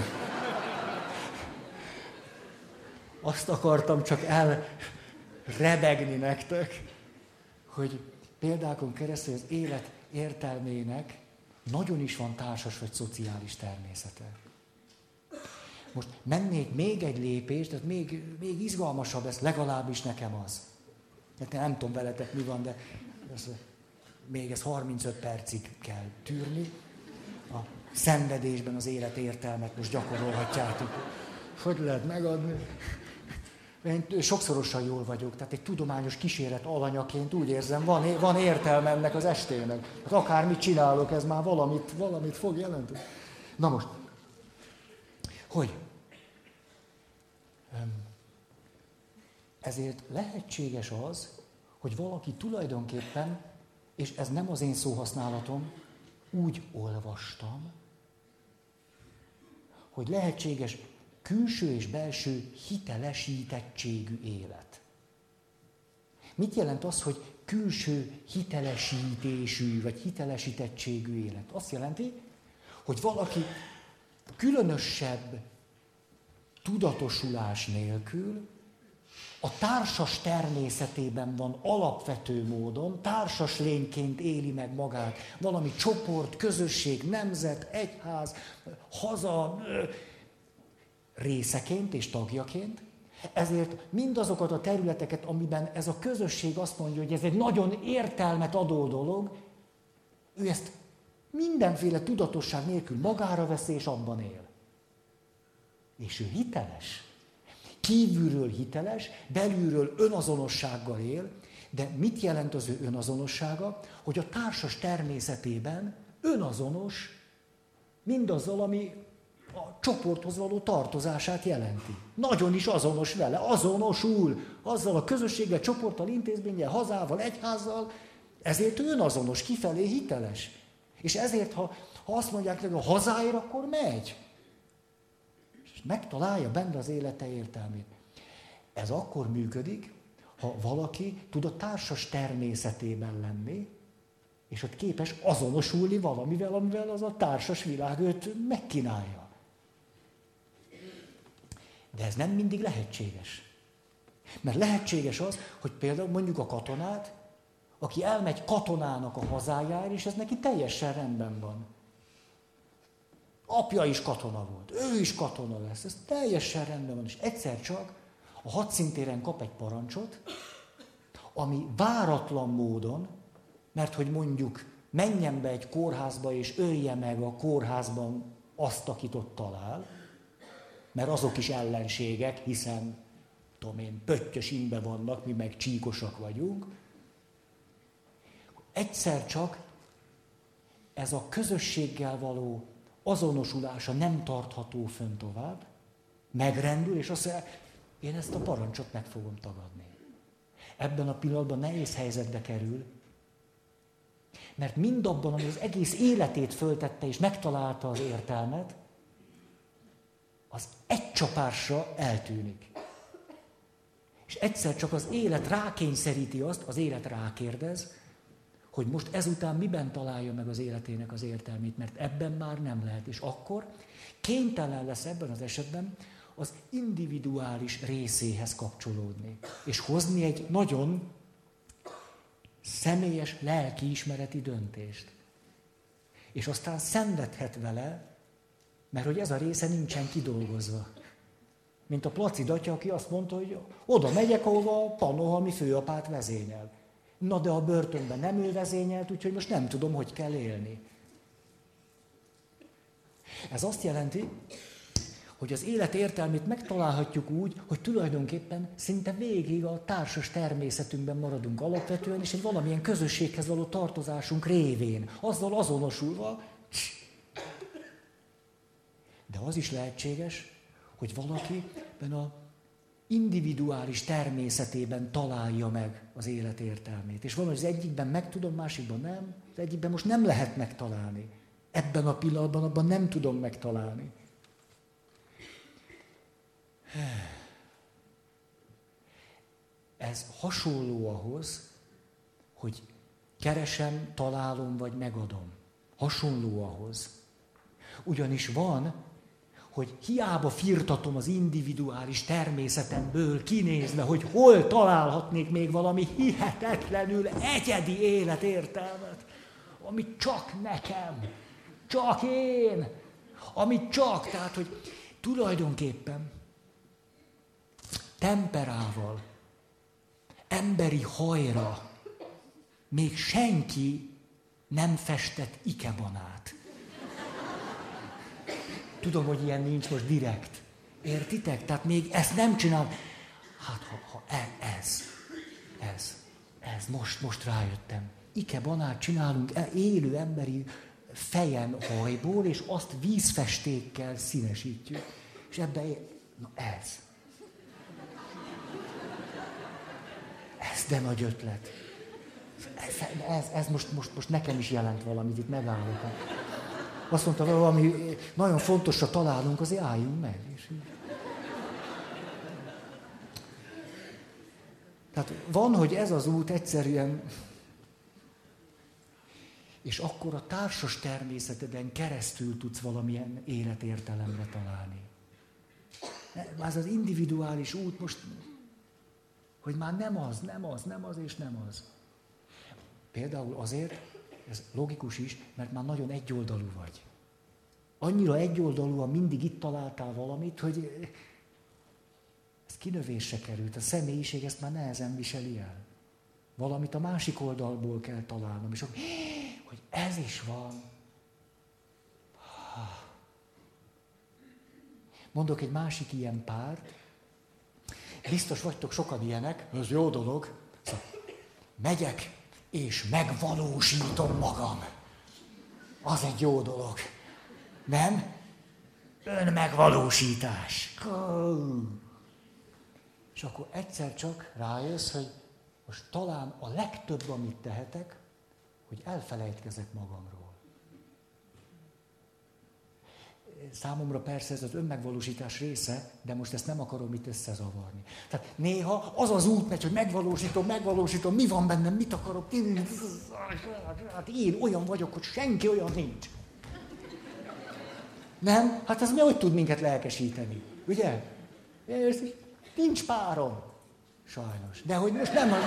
azt akartam csak elrebegni nektek, hogy példákon keresztül az élet értelmének nagyon is van társas vagy szociális természete. Most mennék még egy lépést, tehát még izgalmasabb lesz, legalábbis nekem az. Hát nem tudom veletek mi van, de még ez 35 percig kell tűrni. A szenvedésben az élet értelmet most gyakorolhatjátok. Hogy lehet megadni? Én sokszorosan jól vagyok, tehát egy tudományos kíséret alanyaként úgy érzem, van értelme ennek az estének. Hát akármit csinálok, ez már valamit fog jelenteni. Na most, hogy? Ezért lehetséges az, hogy valaki tulajdonképpen, és ez nem az én szóhasználatom, úgy olvastam, hogy lehetséges külső és belső hitelesítettségű élet. Mit jelent az, hogy külső hitelesítésű, vagy hitelesítettségű élet? Azt jelenti, hogy valaki különösebb tudatosulás nélkül a társas természetében van alapvető módon, társas lényként éli meg magát, valami csoport, közösség, nemzet, egyház, haza részeként és tagjaként. Ezért mindazokat a területeket, amiben ez a közösség azt mondja, hogy ez egy nagyon értelmet adó dolog, ő ezt mindenféle tudatosság nélkül magára veszi és abban él. És ő hiteles. Kívülről hiteles, belülről önazonossággal él, de mit jelent az ő önazonossága? Hogy a társas természetében önazonos mindazzal, ami a csoporthoz való tartozását jelenti. Nagyon is azonos vele, azonosul azzal a közösséggel, csoporttal, intézménnyel, hazával, egyházzal, ezért ő önazonos, kifelé hiteles. És ezért, ha azt mondják, hogy a hazáért, akkor megy. És megtalálja benne az élete értelmét. Ez akkor működik, ha valaki tud a társas természetében lenni, és ott képes azonosulni valamivel, amivel az a társas világ őt megkínálja. De ez nem mindig lehetséges. Mert lehetséges az, hogy például mondjuk a katonát, aki elmegy katonának a hazájára, és ez neki teljesen rendben van. Apja is katona volt, ő is katona lesz, ez teljesen rendben van. És egyszer csak a hadszintéren kap egy parancsot, ami váratlan módon, mert hogy mondjuk menjen be egy kórházba, és ölje meg a kórházban azt, akit ott talál, mert azok is ellenségek, hiszen, tudom én, pöttyös imbe vannak, mi meg csíkosak vagyunk. Egyszer csak ez a közösséggel való azonosulása nem tartható fönn tovább, megrendül, és azt mondja, én ezt a parancsot meg fogom tagadni. Ebben a pillanatban nehéz helyzetbe kerül, Mert mindabban, ami az egész életét föltette és megtalálta az értelmet, az egy csapásra eltűnik. És egyszer csak az élet rákényszeríti azt, az élet rákérdez, hogy most ezután miben találja meg az életének az értelmét, mert ebben már nem lehet. És akkor kénytelen lesz ebben az esetben az individuális részéhez kapcsolódni. És hozni egy nagyon személyes lelkiismereti döntést. És aztán szenvedhet vele, mert hogy ez a része nincsen kidolgozva. Mint a Placid atya, aki azt mondta, hogy oda megyek, ahova a Pannonhalmi főapát vezényel. Na de a börtönben nem ő vezényelt, úgyhogy most nem tudom, hogy kell élni. Ez azt jelenti, hogy az élet értelmét megtalálhatjuk úgy, hogy tulajdonképpen szinte végig a társas természetünkben maradunk alapvetően, és egy valamilyen közösséghez való tartozásunk révén, azzal azonosulva. De az is lehetséges, hogy valakiben a individuális természetében találja meg az élet értelmét. És van, hogy az egyikben megtudom, másikban nem, az egyikben most nem lehet megtalálni. Ebben a pillanatban abban nem tudom megtalálni. Ez hasonló ahhoz, hogy keresem, találom vagy megadom. Hasonló ahhoz. Ugyanis van, hogy hiába firtatom az individuális természetemből kinézve, hogy hol találhatnék még valami hihetetlenül egyedi életértelmet, amit csak nekem, csak én, amit csak, tehát, hogy tulajdonképpen temperával, emberi hajra még senki nem festett ikebanát. Tudom, hogy ilyen nincs most direkt. Értitek? Tehát még ezt nem csinál. Hát, ha ez, most rájöttem. Ikebanát csinálunk élő emberi fejem hajból, és azt vízfestékkel színesítjük. És ebben, na ez. Ez de nagy ötlet. Ez most nekem is jelent valamit, itt megállok. Azt mondta, valami nagyon fontosra találunk, azért álljunk meg. Tehát van, hogy ez az út egyszerűen, és akkor a társas természeteden keresztül tudsz valamilyen életértelemre találni. Ez az individuális út most, hogy már nem az és nem az. Például azért, ez logikus is, mert már nagyon egyoldalú vagy. Annyira egyoldalúan mindig itt találtál valamit, hogy ez kinövésre került. A személyiség ezt már nehezen viseli el. Valamit a másik oldalból kell találnom. És akkor, hogy ez is van. Mondok egy másik ilyen párt. Biztos vagytok sokan ilyenek, ez jó dolog. Szóval, megyek, és megvalósítom magam. Az egy jó dolog. Nem? Önmegvalósítás. És akkor egyszer csak rájössz, hogy most talán a legtöbb, amit tehetek, hogy elfelejtkezek magamról. Számomra persze ez az önmegvalósítás része, de most ezt nem akarom itt összezavarni. Tehát néha az az út megy, hogy megvalósítom, mi van bennem, mit akarok, hát én olyan vagyok, hogy senki olyan nincs. Nem? Hát ez mi hogy tud minket lelkesíteni? Ugye? Nincs párom. Sajnos. De hogy most nem az...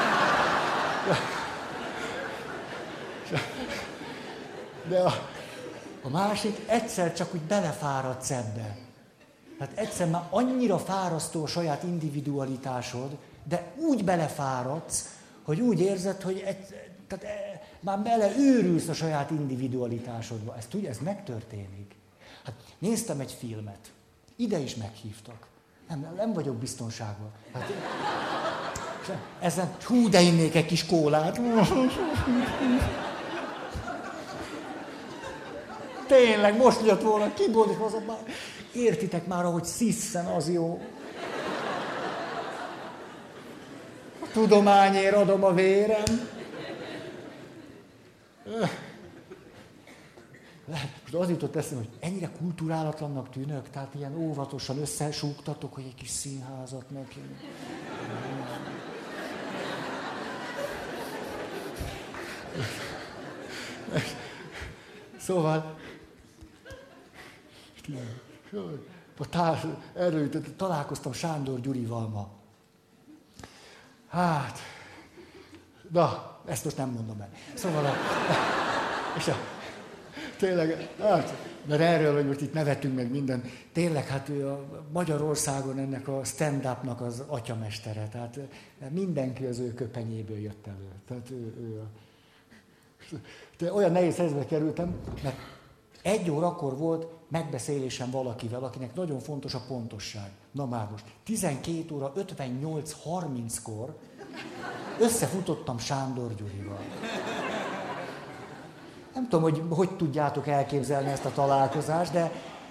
De a másik egyszer csak úgy belefáradsz ebbe. Tehát egyszer már annyira fárasztó a saját individualitásod, de úgy belefáradsz, hogy úgy érzed, hogy már beleőrülsz a saját individualitásodba. Ezt tudja, ez megtörténik. Hát néztem egy filmet. Ide is meghívtak. Nem vagyok biztonságban. Hát, ezen, de innék egy kis kólát. Tényleg, most jött volna, kibódik hozzá már. Értitek már, ahogy sziszen, az jó. A tudományért adom a vérem. Most az jutott eszembe, hogy ennyire kulturálatlannak tűnök, tehát ilyen óvatosan összesúgtatok, hogy egy kis színházat neki. Szóval, erről találkoztam Sándor Gyurival ma. Hát, na, ezt most nem mondom el. Szóval, tényleg, hát, mert erről, hogy most itt nevetünk meg minden, tényleg, hát ő a Magyarországon ennek a stand-upnak az atyamestere, tehát mindenki az ő köpenyéből jött elő. Tehát olyan nehéz helyzetbe kerültem, mert 1 órakor volt megbeszélésem valakivel, akinek nagyon fontos a pontosság. Na már most, 12 óra 58:30-kor összefutottam Sándor Gyurival. Nem tudom, hogy tudjátok elképzelni ezt a találkozást, de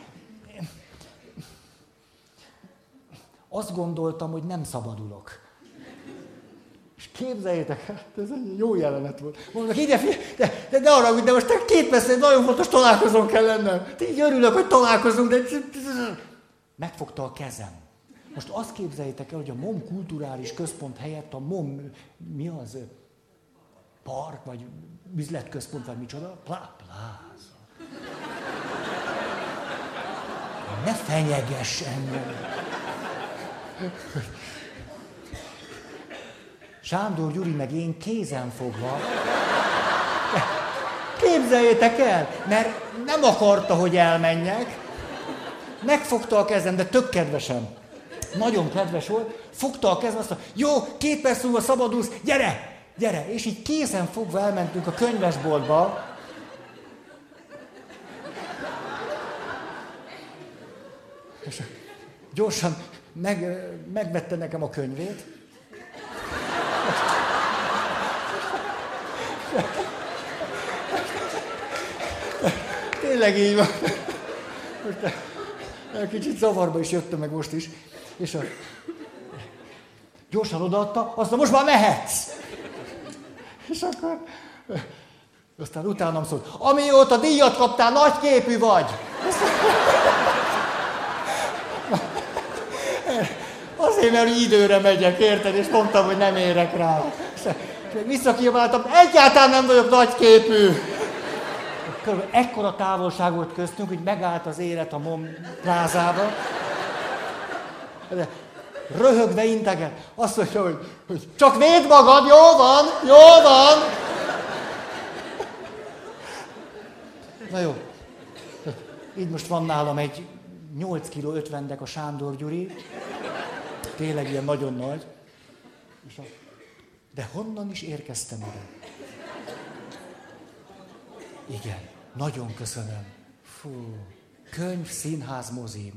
azt gondoltam, hogy nem szabadulok. És képzeljétek, ez egy jó jelenet volt. Mondok, ide, de arra, de most 2 perc, nagyon fontos találkozón kell lennem. Így örülök, hogy találkozunk, de megfogta a kezem. Most azt képzeljétek el, hogy a MOM kulturális központ helyett a MOM, mi az? Park, vagy üzletközpont, vagy micsoda? Pláza. Ne fenyegess engem! Sándor Gyuri meg én kézen fogva. Képzeljétek el, mert nem akarta, hogy elmenjek. Megfogta a kezem, de tök kedvesen. Nagyon kedves volt. Fogta a kezem, azt mondta, jó, 2 perc múlva szabadulsz, gyere! Gyere! És így kézen fogva elmentünk a könyvesboltba. És gyorsan megvette nekem a könyvét. Tényleg így van. Most kicsit zavarba is jöttem meg most is. És gyorsan odaadta, azt mondta, most már mehetsz! És akkor aztán utánam szólt, amióta díjat kaptál, nagyképű vagy! Azért, mert időre megyek, érted? És mondtam, hogy nem érek rá. És visszakiabáltam, egyáltalán nem vagyok nagyképű! Körülbelül ekkora távolság volt köztünk, hogy megállt az élet a MOM plázába. Röhögve integet. Azt mondja, hogy csak védd magad, jó van, jó van. Na jó. Így most van nálam egy 8 kg 50 dek a Sándor Gyuri. Tényleg ilyen nagyon nagy. De honnan is érkeztem ide? Igen, nagyon köszönöm. Fú, könyv, színház, mozi.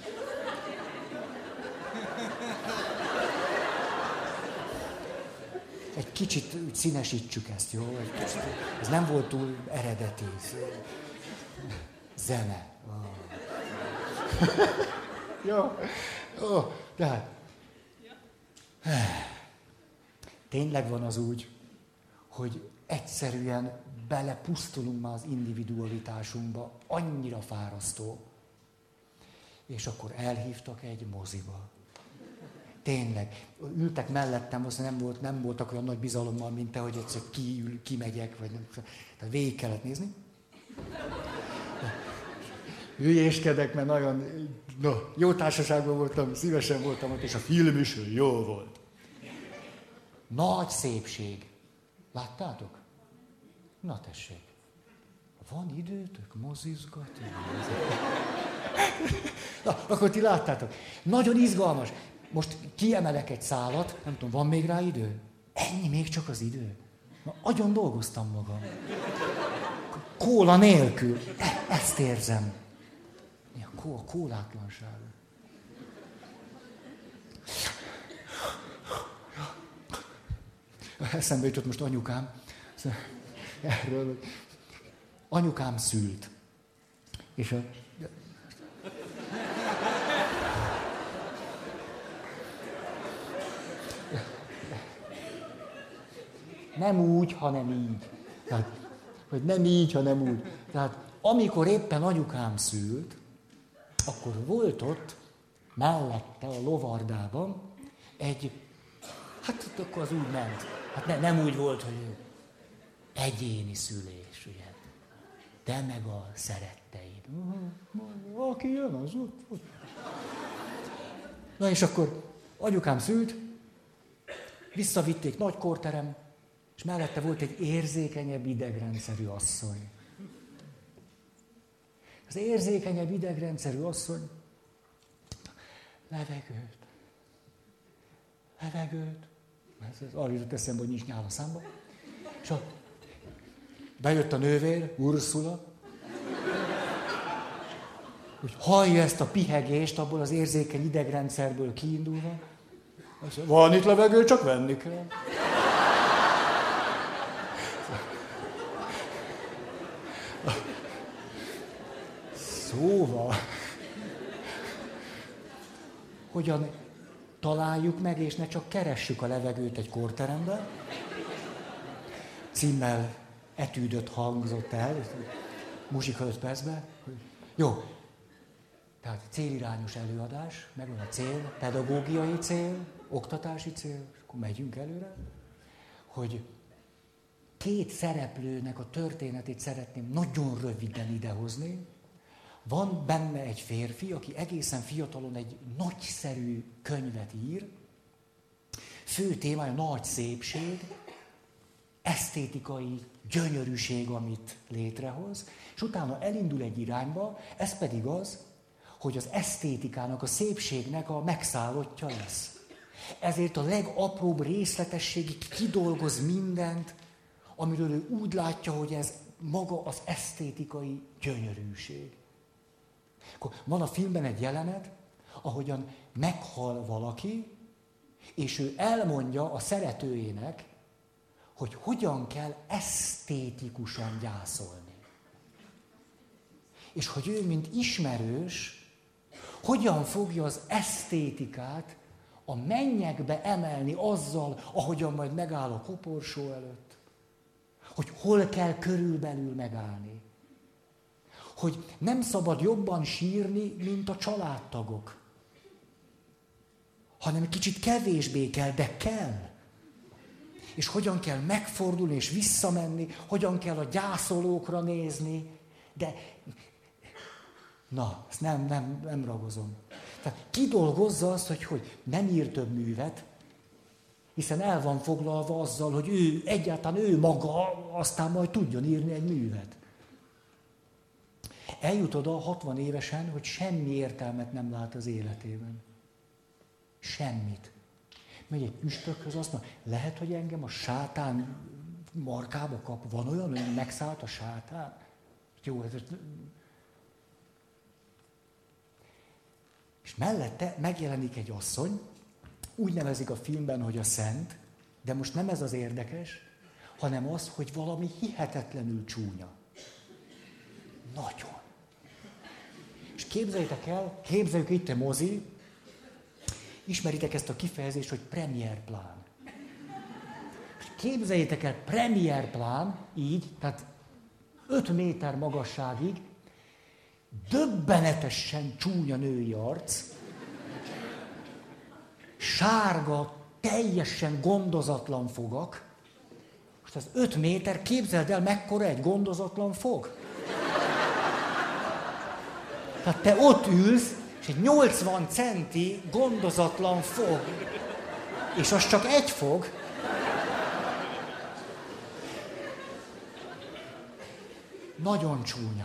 Egy kicsit színesítsük ezt, jó? Egy kicsit, ez nem volt túl eredeti. Zene. Jó, de hát. Tényleg van az úgy, hogy egyszerűen belepusztulunk már az individualitásunkba, annyira fárasztó. És akkor elhívtak egy moziba. Tényleg. Ültek mellettem, azt nem voltak olyan nagy bizalommal, mint te, hogy egyszer kimegyek, vagy nem. Tehát végig kellett nézni. Hülyéskedek, mert nagyon jó társaságban voltam, szívesen voltam ott, és a film is jó volt. Nagy szépség. Láttátok? Na tessék. Van időtök mozizgatni? Na, akkor ti láttátok. Nagyon izgalmas. Most kiemelek egy szálat, nem tudom, van még rá idő? Ennyi még csak az idő? Na, agyon dolgoztam magam. Kóla nélkül. Ezt érzem. Mi a kólátlanság? Eszembe jutott most anyukám. Erről. Anyukám szült. És nem úgy, hanem így. Tehát hogy nem így, hanem úgy. Tehát amikor éppen anyukám szült, akkor volt ott mellette a lovardában hát akkor az úgy ment. Hát nem úgy volt, hogy egyéni szülés, ugye. Te meg a szeretteid. Aki jön, az ott. Na és akkor anyukám szült, visszavitték nagy korterem, és mellette volt egy érzékenyebb idegrendszerű asszony. Az érzékenyebb idegrendszerű asszony levegőt. Ez arra jutott eszembe, hogy nincs nyál a számba. És bejött a nővér, Ursula, hogy hallja ezt a pihegést abból az érzékeny idegrendszerből kiindulva. Azt mondja, van itt levegő, csak venni kell. Szóval, hogyan találjuk meg, és ne csak keressük a levegőt egy korteremben. Címmel etűdött hangzott el, muzsika 5 percben. Jó, tehát célirányos előadás, megvan a cél, pedagógiai cél, oktatási cél, és akkor megyünk előre, hogy 2 szereplőnek a történetét szeretném nagyon röviden idehozni. Van benne egy férfi, aki egészen fiatalon egy nagyszerű könyvet ír, fő témája nagy szépség, esztétikai gyönyörűség, amit létrehoz, és utána elindul egy irányba, ez pedig az, hogy az esztétikának, a szépségnek a megszállottja lesz. Ezért a legapróbb részletességig kidolgoz mindent, amiről ő úgy látja, hogy ez maga az esztétikai gyönyörűség. Akkor van a filmben egy jelenet, ahogyan meghal valaki, és ő elmondja a szeretőjének, hogy hogyan kell esztétikusan gyászolni. És hogy ő, mint ismerős, hogyan fogja az esztétikát a mennyekbe emelni azzal, ahogyan majd megáll a koporsó előtt. Hogy hol kell körülbelül megállni. Hogy nem szabad jobban sírni, mint a családtagok. Hanem kicsit kevésbé kell, de kell. És hogyan kell megfordulni és visszamenni, hogyan kell a gyászolókra nézni, de na, ezt nem ragozom. Tehát kidolgozza azt, hogy nem ír több művet, hiszen el van foglalva azzal, hogy ő maga aztán majd tudjon írni egy művet. Eljut oda 60 évesen, hogy semmi értelmet nem lát az életében. Semmit. Megy egy püspökhöz, azt mondja, lehet, hogy engem a sátán markába kap. Van olyan, hogy megszállt a sátán? Jó, ez... És mellette megjelenik egy asszony, úgy nevezik a filmben, hogy a szent, de most nem ez az érdekes, hanem az, hogy valami hihetetlenül csúnya. Nagyon. És képzeljétek el, képzeljük itt a mozi, ismeritek ezt a kifejezést, hogy premier plán. És képzeljétek el, premier plán, így, tehát 5 méter magasságig, döbbenetesen csúnya női arc, sárga, teljesen gondozatlan fogak. Most az 5 méter, képzeld el, mekkora egy gondozatlan fog. Tehát te ott ülsz, és egy 80 centi gondozatlan fog, és az csak egy fog. Nagyon csúnya.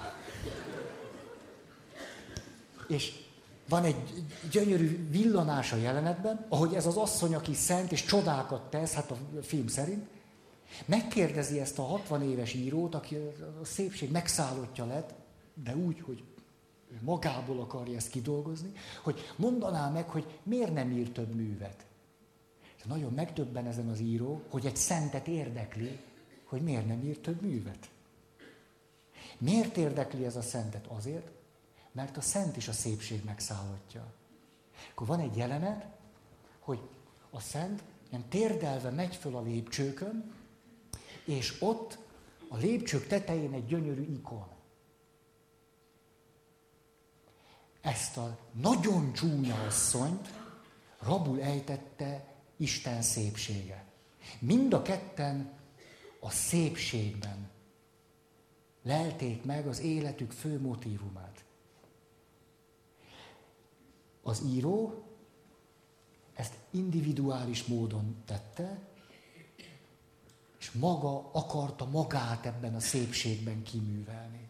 És van egy gyönyörű villanás a jelenetben, ahogy ez az asszony, aki szent és csodákat tesz, hát a film szerint, megkérdezi ezt a 60 éves írót, aki a szépség megszállottja lett, de úgy, hogy magából akarja ezt kidolgozni, hogy mondaná meg, hogy miért nem ír több művet. És nagyon megdöbben ezen az író, hogy egy szentet érdekli, hogy miért nem ír több művet. Miért érdekli ez a szentet? Azért, mert a szent is a szépség megszállottja. Akkor van egy jelenet, hogy a szent ilyen térdelve megy föl a lépcsőkön, és ott A lépcsők tetején egy gyönyörű ikon. Ezt a nagyon csúnya asszonyt rabul ejtette Isten szépsége. Mind a ketten a szépségben lelték meg az életük fő motívumát. Az író ezt individuális módon tette, és maga akarta magát ebben a szépségben kiművelni.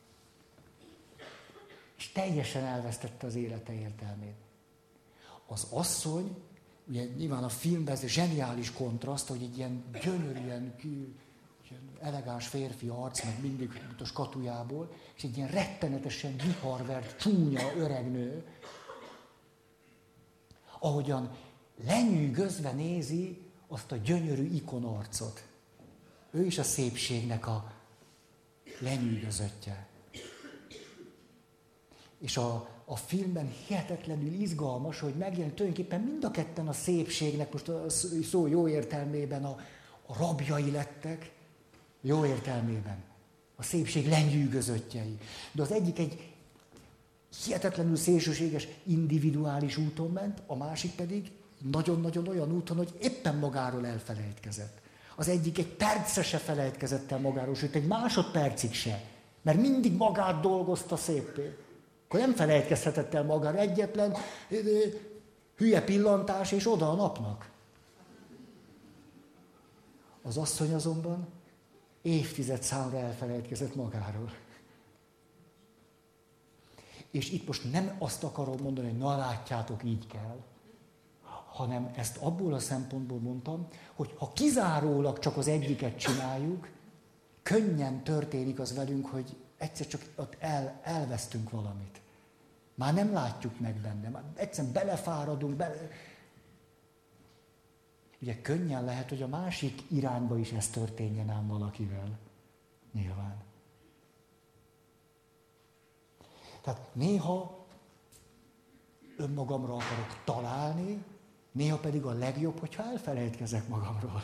És teljesen elvesztette az élete értelmét. Az asszony, ugye nyilván a filmben ez egy zseniális kontraszt, hogy egy ilyen gyönyörűen, ilyen elegáns férfi arc, meg mindig mint a skatujából, és egy ilyen rettenetesen viharvert, csúnya öreg nő, ahogyan lenyűgözve nézi azt a gyönyörű ikonarcot. Ő is a szépségnek a lenyűgözöttje. És a filmben hihetetlenül izgalmas, hogy megjelenik tulajdonképpen mind a ketten a szépségnek, most a szó jó értelmében a rabjai lettek, jó értelmében. A szépség lenyűgözöttjei. De az egyik egy hihetetlenül szélsőséges individuális úton ment, a másik pedig nagyon-nagyon olyan úton, hogy éppen magáról elfelejtkezett. Az egyik egy percre se felejtkezett el magáról, sőt egy másodpercig se, mert mindig magát dolgozta széppé. Akkor nem felejtkezhetett el magára, egyetlen hülye pillantás, és oda a napnak. Az asszony azonban évtized számra elfelejtkezett magáról. És itt most nem azt akarom mondani, hogy na látjátok, így kell, hanem ezt abból a szempontból mondtam, hogy ha kizárólag csak az egyiket csináljuk, könnyen történik az velünk, hogy egyszer csak ott elvesztünk valamit. Már nem látjuk meg benne, már egyszerűen belefáradunk, Ugye könnyen lehet, hogy a másik irányba is ez történjen ám valakivel. Nyilván. Tehát néha önmagamra akarok találni, néha pedig a legjobb, hogyha elfelejtkezek magamról.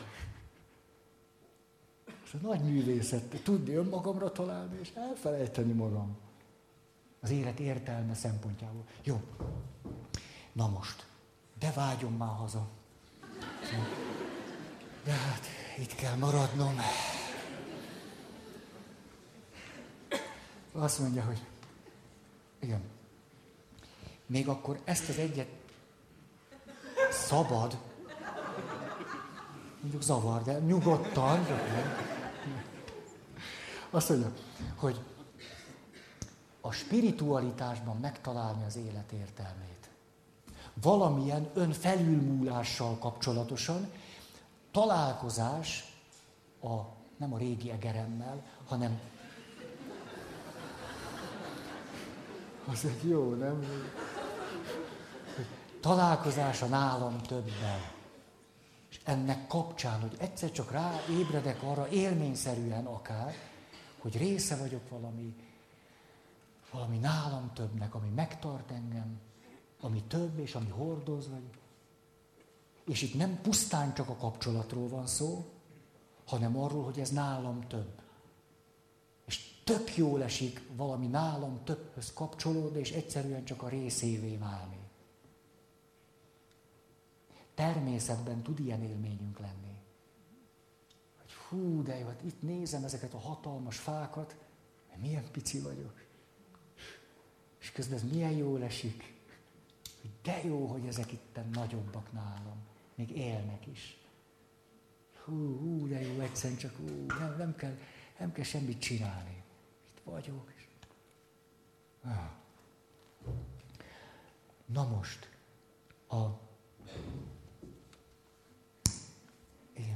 És a nagy művészet, tudni önmagamra találni, és elfelejteni magam. Az élet értelme szempontjából. Jó. Na most, de vágyom már haza. De hát, itt kell maradnom. Azt mondja, hogy igen. Még akkor ezt az egyet szabad, mondjuk zavar, de nyugodtan. Azt mondja, hogy a spiritualitásban megtalálni az élet értelmét. Valamilyen önfelülmúlással kapcsolatosan találkozás nem a régi egeremmel, hanem az egy jó, nem? Találkozás a nálam többel. És ennek kapcsán, hogy egyszer csak ráébredek arra, élményszerűen akár, hogy része vagyok valami nálam többnek, ami megtart engem, ami több, és ami hordoz, és itt nem pusztán csak a kapcsolatról van szó, hanem arról, hogy ez nálam több. És tök jól esik valami nálam többhöz kapcsolódni, és egyszerűen csak a részévé válni. Természetben tud ilyen élményünk lenni. Hogy hú, de jó, hát itt nézem ezeket a hatalmas fákat, milyen pici vagyok. És közben ez milyen jól esik. Hogy de jó, hogy ezek itten nagyobbak nálam. Még élnek is. Hú, de jó, egyszerűen csak nem kell semmit csinálni. Itt vagyok. Na most, igen.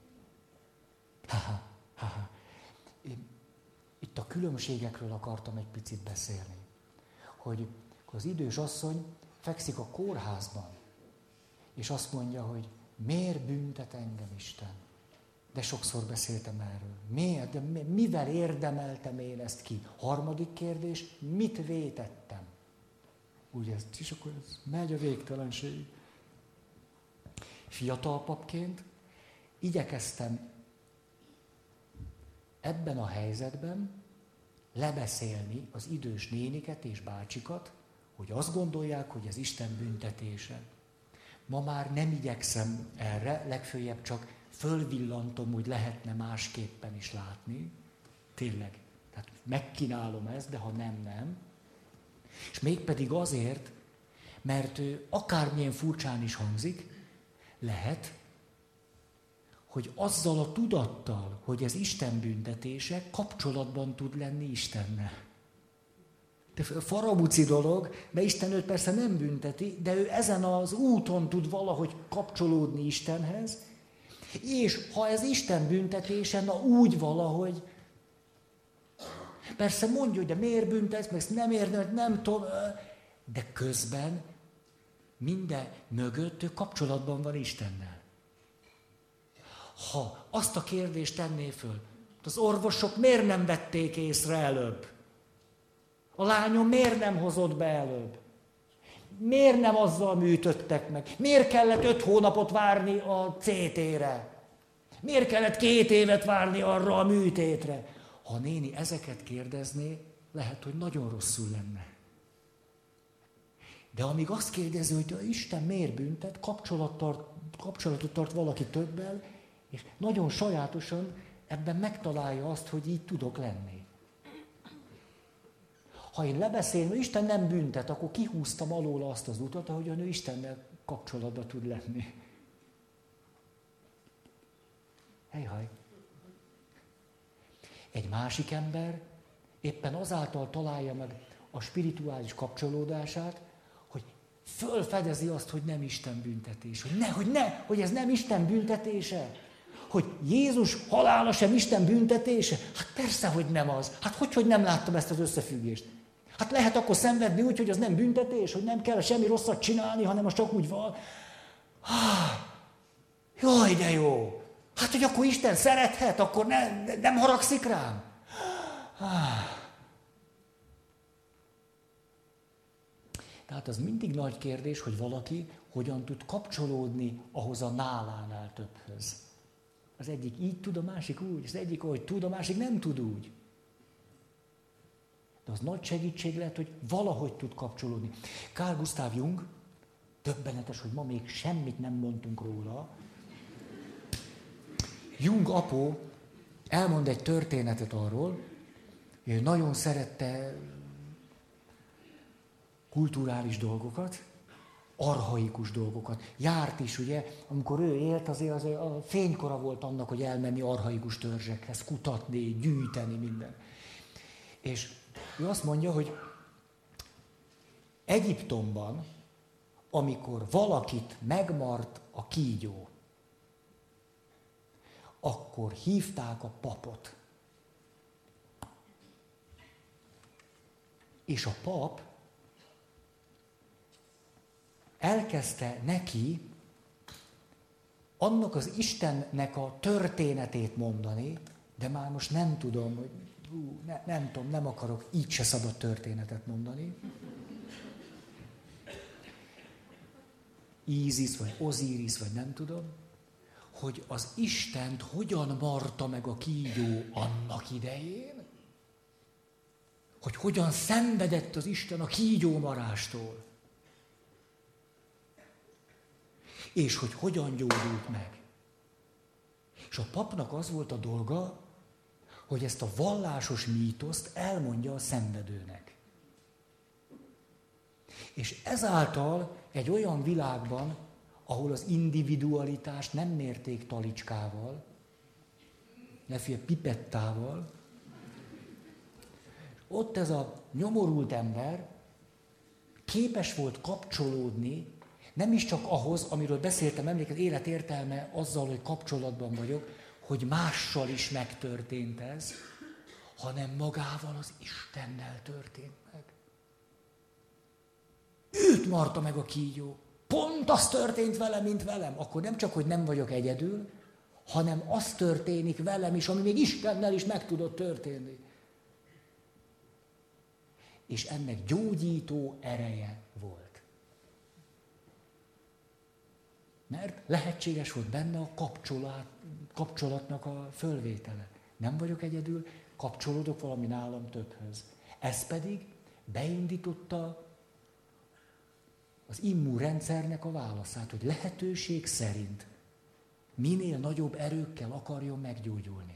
Itt a különbségekről akartam egy picit beszélni. Hogy az idős asszony fekszik a kórházban, és azt mondja, hogy miért büntet engem Isten? De sokszor beszéltem erről. Miért? De mivel érdemeltem én ezt ki? Harmadik kérdés, mit vétettem? Ugye, és akkor ez megy a végtelenség. Fiatal papként igyekeztem ebben a helyzetben lebeszélni az idős néniket és bácsikat, hogy azt gondolják, hogy ez Isten büntetése. Ma már nem igyekszem erre, legfőjebb csak fölvillantom, hogy lehetne másképpen is látni. Tényleg. Tehát megkínálom ezt, de ha nem, nem. És mégpedig azért, mert akármilyen furcsán is hangzik, lehet, hogy azzal a tudattal, hogy ez Isten büntetése, kapcsolatban tud lenni Istennel. De farabuci dolog, mert Isten őt persze nem bünteti, de ő ezen az úton tud valahogy kapcsolódni Istenhez, és ha ez Isten büntetése, na úgy valahogy, persze mondja, hogy de miért büntetsz, meg ezt nem érdemes, nem tudom, de közben minden mögött ő kapcsolatban van Istennel. Ha azt a kérdést tenné föl, az orvosok miért nem vették észre előbb? A lányom miért nem hozott be előbb? Miért nem azzal műtöttek meg? Miért kellett 5 hónapot várni a CT-re? Miért kellett 2 évet várni arra a műtétre? Ha a néni ezeket kérdezné, lehet, hogy nagyon rosszul lenne. De amíg azt kérdezi, hogy Isten miért büntet, kapcsolatot tart valaki többel, és nagyon sajátosan ebben megtalálja azt, hogy így tudok lenni. Ha én lebeszélem, hogy Isten nem büntet, akkor kihúztam alóla azt az utat, ahogyan ő Istennel kapcsolatba tud lenni. Hely-haj. Egy másik ember éppen azáltal találja meg a spirituális kapcsolódását, hogy fölfedezi azt, hogy nem Isten büntetés. Hogy ez nem Isten büntetése. Hogy Jézus halála sem Isten büntetése? Hát persze, hogy nem az. Hát hogy nem láttam ezt az összefüggést? Hát lehet akkor szenvedni úgy, hogy az nem büntetés, hogy nem kell semmi rosszat csinálni, hanem az csak úgy van. Jaj, de jó! Hát, hogy akkor Isten szerethet, akkor nem haragszik rám? Tehát az mindig nagy kérdés, hogy valaki hogyan tud kapcsolódni ahhoz a nálánál többhöz. Az egyik így tud, a másik úgy. Az egyik ahogy tud, a másik nem tud úgy. De az nagy segítség lehet, hogy valahogy tud kapcsolódni. Carl Gustav Jung, döbbenetes, hogy ma még semmit nem mondtunk róla. Jung apó elmond egy történetet arról, hogy ő nagyon szerette kulturális dolgokat, archaikus dolgokat. Járt is, ugye, amikor ő élt, azért a fénykora volt annak, hogy elmenni archaikus törzsekhez, kutatni, gyűjteni, minden. És ő azt mondja, hogy Egyiptomban, amikor valakit megmart a kígyó, akkor hívták a papot. És a pap elkezdte neki annak az Istennek a történetét mondani, de már most nem tudom, hogy nem tudom, nem akarok, így se szabad történetet mondani. Ízisz, vagy Ozírisz, vagy nem tudom, hogy az Istent hogyan marta meg a kígyó annak idején, hogy hogyan szenvedett az Isten a kígyómarástól, és hogy hogyan gyógyult meg. És a papnak az volt a dolga, hogy ezt a vallásos mítoszt elmondja a szenvedőnek. És ezáltal egy olyan világban, ahol az individualitást nem mérték talicskával, legfeljebb pipettával, ott ez a nyomorult ember képes volt kapcsolódni, nem is csak ahhoz, amiről beszéltem, emlékezz, élet értelme azzal, hogy kapcsolatban vagyok, hogy mással is megtörtént ez, hanem magával az Istennel történt meg. Őt marta meg a kígyó. Pont az történt vele, mint velem. Akkor nem csak, hogy nem vagyok egyedül, hanem az történik velem is, ami még Istennel is meg tudott történni. És ennek gyógyító ereje volt. Mert lehetséges volt benne a kapcsolatnak a fölvétele. Nem vagyok egyedül, kapcsolódok valami nálam többhöz. Ez pedig beindította az immunrendszernek a válaszát, hogy lehetőség szerint minél nagyobb erőkkel akarjon meggyógyulni.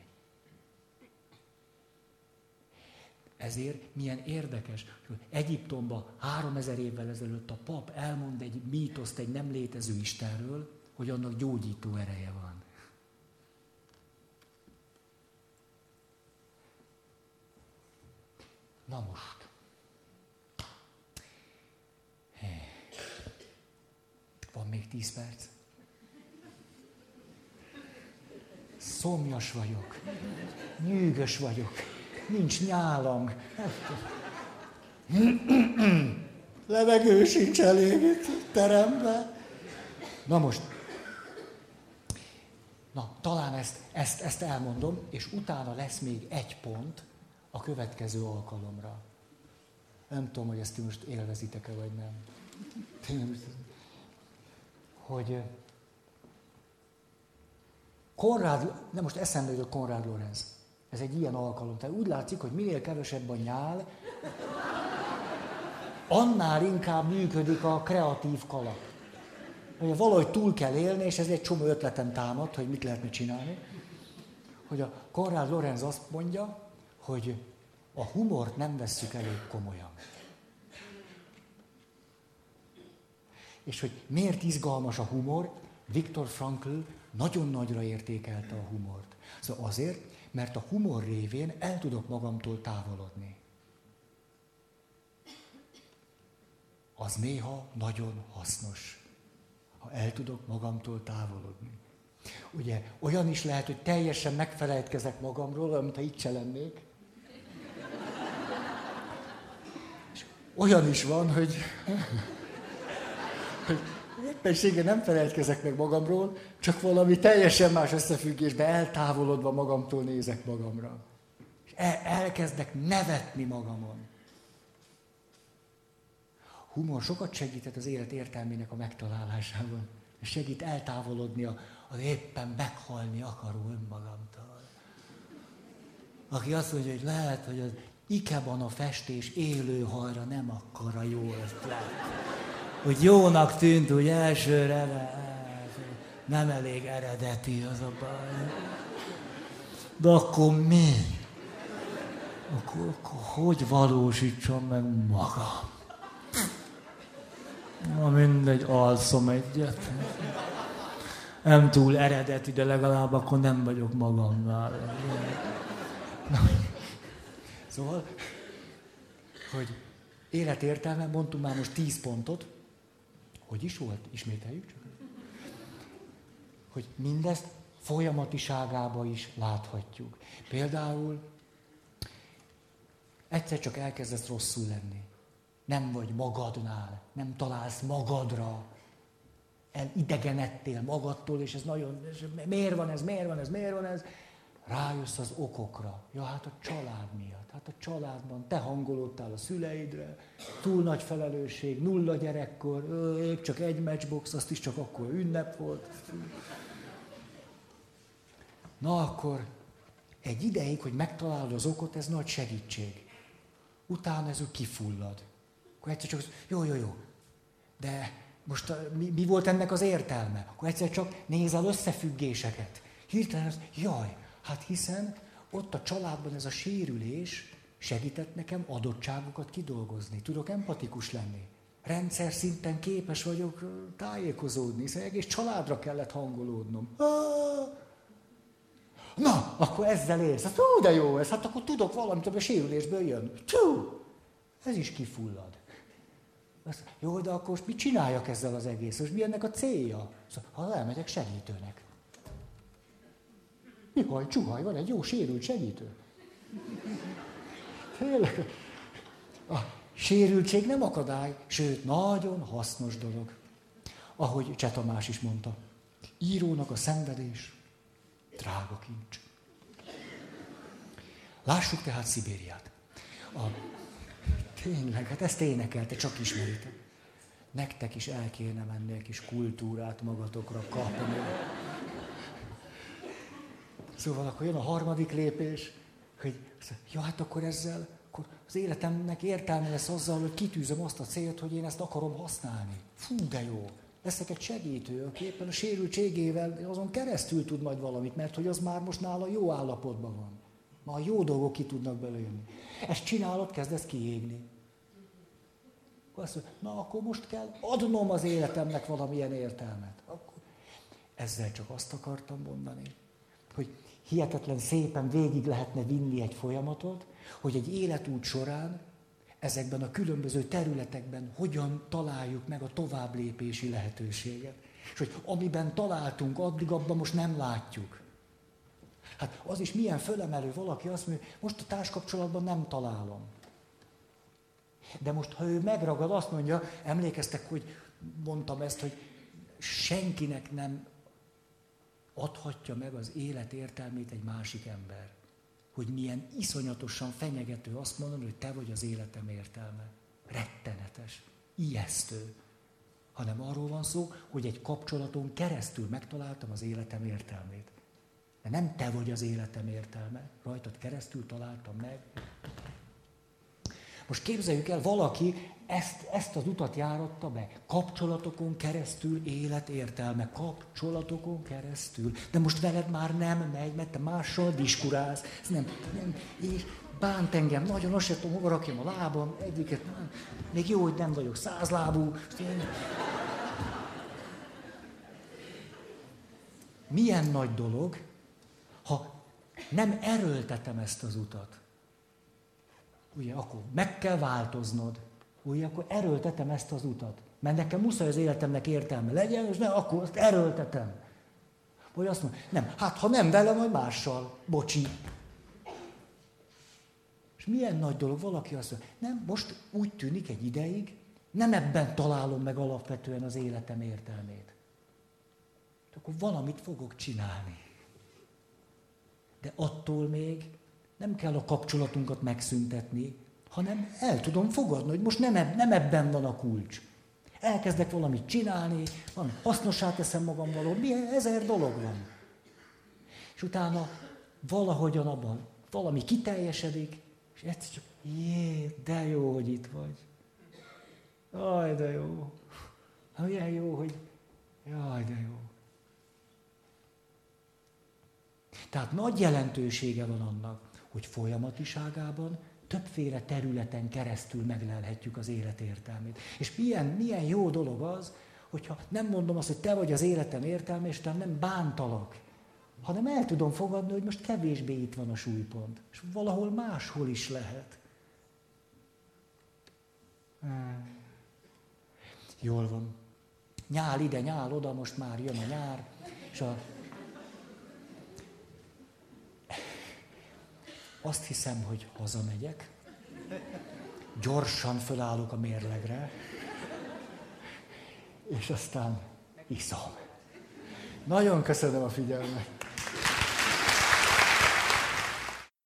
Ezért milyen érdekes, hogy Egyiptomban 3000 évvel ezelőtt a pap elmond egy mítoszt egy nem létező Istenről, hogy annak gyógyító ereje van. Na most. Van még 10 perc? Szomjas vagyok. Nyűgös vagyok. Nincs nyálam. Levegő sincs elég itt teremben. Na most. Na, talán ezt elmondom, és utána lesz még egy pont a következő alkalomra. Nem tudom, hogy ezt most élvezitek-e, vagy nem. Hogy de most eszembe jut a Konrád Lorenz. Ez egy ilyen alkalom. Tehát úgy látszik, hogy minél kevesebb a nyál, annál inkább működik a kreatív kalap. Hogy valahogy túl kell élni, és ez egy csomó ötletem támad, hogy mit lehetne csinálni. Hogy a Konrád Lorenz azt mondja, hogy a humort nem vesszük elég komolyan. És hogy miért izgalmas a humor? Viktor Frankl nagyon nagyra értékelte a humort. Szóval azért, mert a humor révén el tudok magamtól távolodni. Az néha nagyon hasznos, ha el tudok magamtól távolodni. Ugye, olyan is lehet, hogy teljesen megfelejtkezek magamról, olyan, mintha itt se lennék. És olyan is van, hogy éppenséggel nem felejtkezek meg magamról, csak valami teljesen más összefüggésben eltávolodva magamtól nézek magamra. És elkezdek nevetni magamon. Humor sokat segített az élet értelmének a megtalálásában. Segít eltávolodni az éppen meghalni akaró önmagamtól. Aki azt mondja, hogy lehet, hogy az ikebana festés élőhajra nem akkora jó ötlet. Hogy jónak tűnt úgy elsőre, de nem elég eredeti az a baj. De akkor mi? Akkor hogy valósítsam meg magam? Na mindegy, alszom egyet. Nem túl eredeti, de legalább akkor nem vagyok magamnál. Szóval, hogy életértelme, mondtunk már most 10 pontot. Hogy is volt? Ismételjük csak. Hogy mindezt folyamatiságába is láthatjuk. Például egyszer csak elkezdesz rosszul lenni. Nem vagy magadnál, nem találsz magadra. Elidegenedtél magadtól, és ez nagyon... Miért van ez? Rájössz az okokra. Ja, hát a család miatt. Hát a családban te hangolódtál a szüleidre, túl nagy felelősség, 0 gyerekkor, épp csak egy matchbox, azt is csak akkor ünnep volt. Na akkor egy ideig, hogy megtalálod az okot, ez nagy segítség. Utána ez úgy kifullad. Akkor egyszer csak jó. De most mi volt ennek az értelme? Akkor egyszer csak nézel összefüggéseket. Hirtelen az, hát hiszen ott a családban ez a sérülés segített nekem adottságokat kidolgozni. Tudok empatikus lenni. Rendszer szinten képes vagyok tájékozódni, hiszen egész családra kellett hangolódnom. Na, akkor ezzel élsz. Hát, de jó ez, hát akkor tudok valamit, ami a sérülésből jön. Ez is kifullad. Jó, de akkor most mit csináljak ezzel az egész? Most mi ennek a célja? Szóval, ha elmegyek segítőnek. Mihaj, csuhaj, van egy jó sérült segítő. Tényleg. A sérültség nem akadály, sőt, nagyon hasznos dolog. Ahogy Cseh Tamás is mondta. Írónak a szenvedés drága kincs. Lássuk tehát Szibériát. Tényleg, hát ezt énekelte, csak ismeritek. Nektek is el kéne menni egy kis kultúrát magatokra kapni. Szóval akkor jön a harmadik lépés, hogy ja, hát akkor ezzel akkor az életemnek értelme lesz azzal, hogy kitűzöm azt a célt, hogy én ezt akarom használni. Fú, de jó. Leszek egy segítő, aki éppen a sérültségével azon keresztül tud majd valamit, mert hogy az már most nála jó állapotban van. Már jó dolgok ki tudnak belőni. Ezt csinálod, kezdesz kiégni. Azt mondja, na akkor most kell adnom az életemnek valamilyen értelmet. Akkor... Ezzel csak azt akartam mondani, hogy hihetetlen szépen végig lehetne vinni egy folyamatot, hogy egy életút során ezekben a különböző területekben hogyan találjuk meg a továbblépési lehetőséget. És hogy amiben találtunk addig, abban most nem látjuk. Hát az is milyen fölemelő valaki azt mondja, most a társkapcsolatban nem találom. De most, ha ő megragad, azt mondja, emlékeztek, hogy mondtam ezt, hogy senkinek nem adhatja meg az élet értelmét egy másik ember. Hogy milyen iszonyatosan fenyegető azt mondani, hogy te vagy az életem értelme. Rettenetes, ijesztő. Hanem arról van szó, hogy egy kapcsolaton keresztül megtaláltam az életem értelmét. De nem te vagy az életem értelme, rajtad keresztül találtam meg. Most képzeljük el, valaki ezt az utat járatta be. Kapcsolatokon keresztül élet értelme. Kapcsolatokon keresztül. De most veled már nem megy, mert te mással diskurálsz. Nem. És bánt engem nagyon, azt sem tudom, hova rakjam a lábam. Egyiket nem. Még jó, hogy nem vagyok 100 lábú. Milyen nagy dolog, ha nem erőltetem ezt az utat. Ugye, akkor meg kell változnod. Ugye, akkor erőltetem ezt az utat. Mert nekem muszáj az életemnek értelme legyen, és nem, akkor azt erőltetem. Vagy azt mondom, nem, hát ha nem velem, majd mással. Bocsi. És milyen nagy dolog, valaki azt mondja, nem, most úgy tűnik egy ideig, nem ebben találom meg alapvetően az életem értelmét. Akkor valamit fogok csinálni. De attól még nem kell a kapcsolatunkat megszüntetni, hanem el tudom fogadni, hogy most nem ebben van a kulcs. Elkezdek valamit csinálni, valami hasznossá teszem magam milyen 1000 dolog van. És utána valahogyan abban valami kiteljesedik, és egyszer csak, de jó, hogy itt vagy. Jaj, de jó. Milyen jó, hogy jaj, de jó. Tehát nagy jelentősége van annak, hogy folyamatiságában többféle területen keresztül meglelhetjük az élet értelmét. És milyen jó dolog az, hogyha nem mondom azt, hogy te vagy az életem értelme, és nem bántalak, hanem el tudom fogadni, hogy most kevésbé itt van a súlypont. És valahol máshol is lehet. Jól van. Nyál ide, nyál oda, most már jön a nyár, és azt hiszem, hogy hazamegyek, gyorsan fölállok a mérlegre, és aztán iszom. Nagyon köszönöm a figyelmet.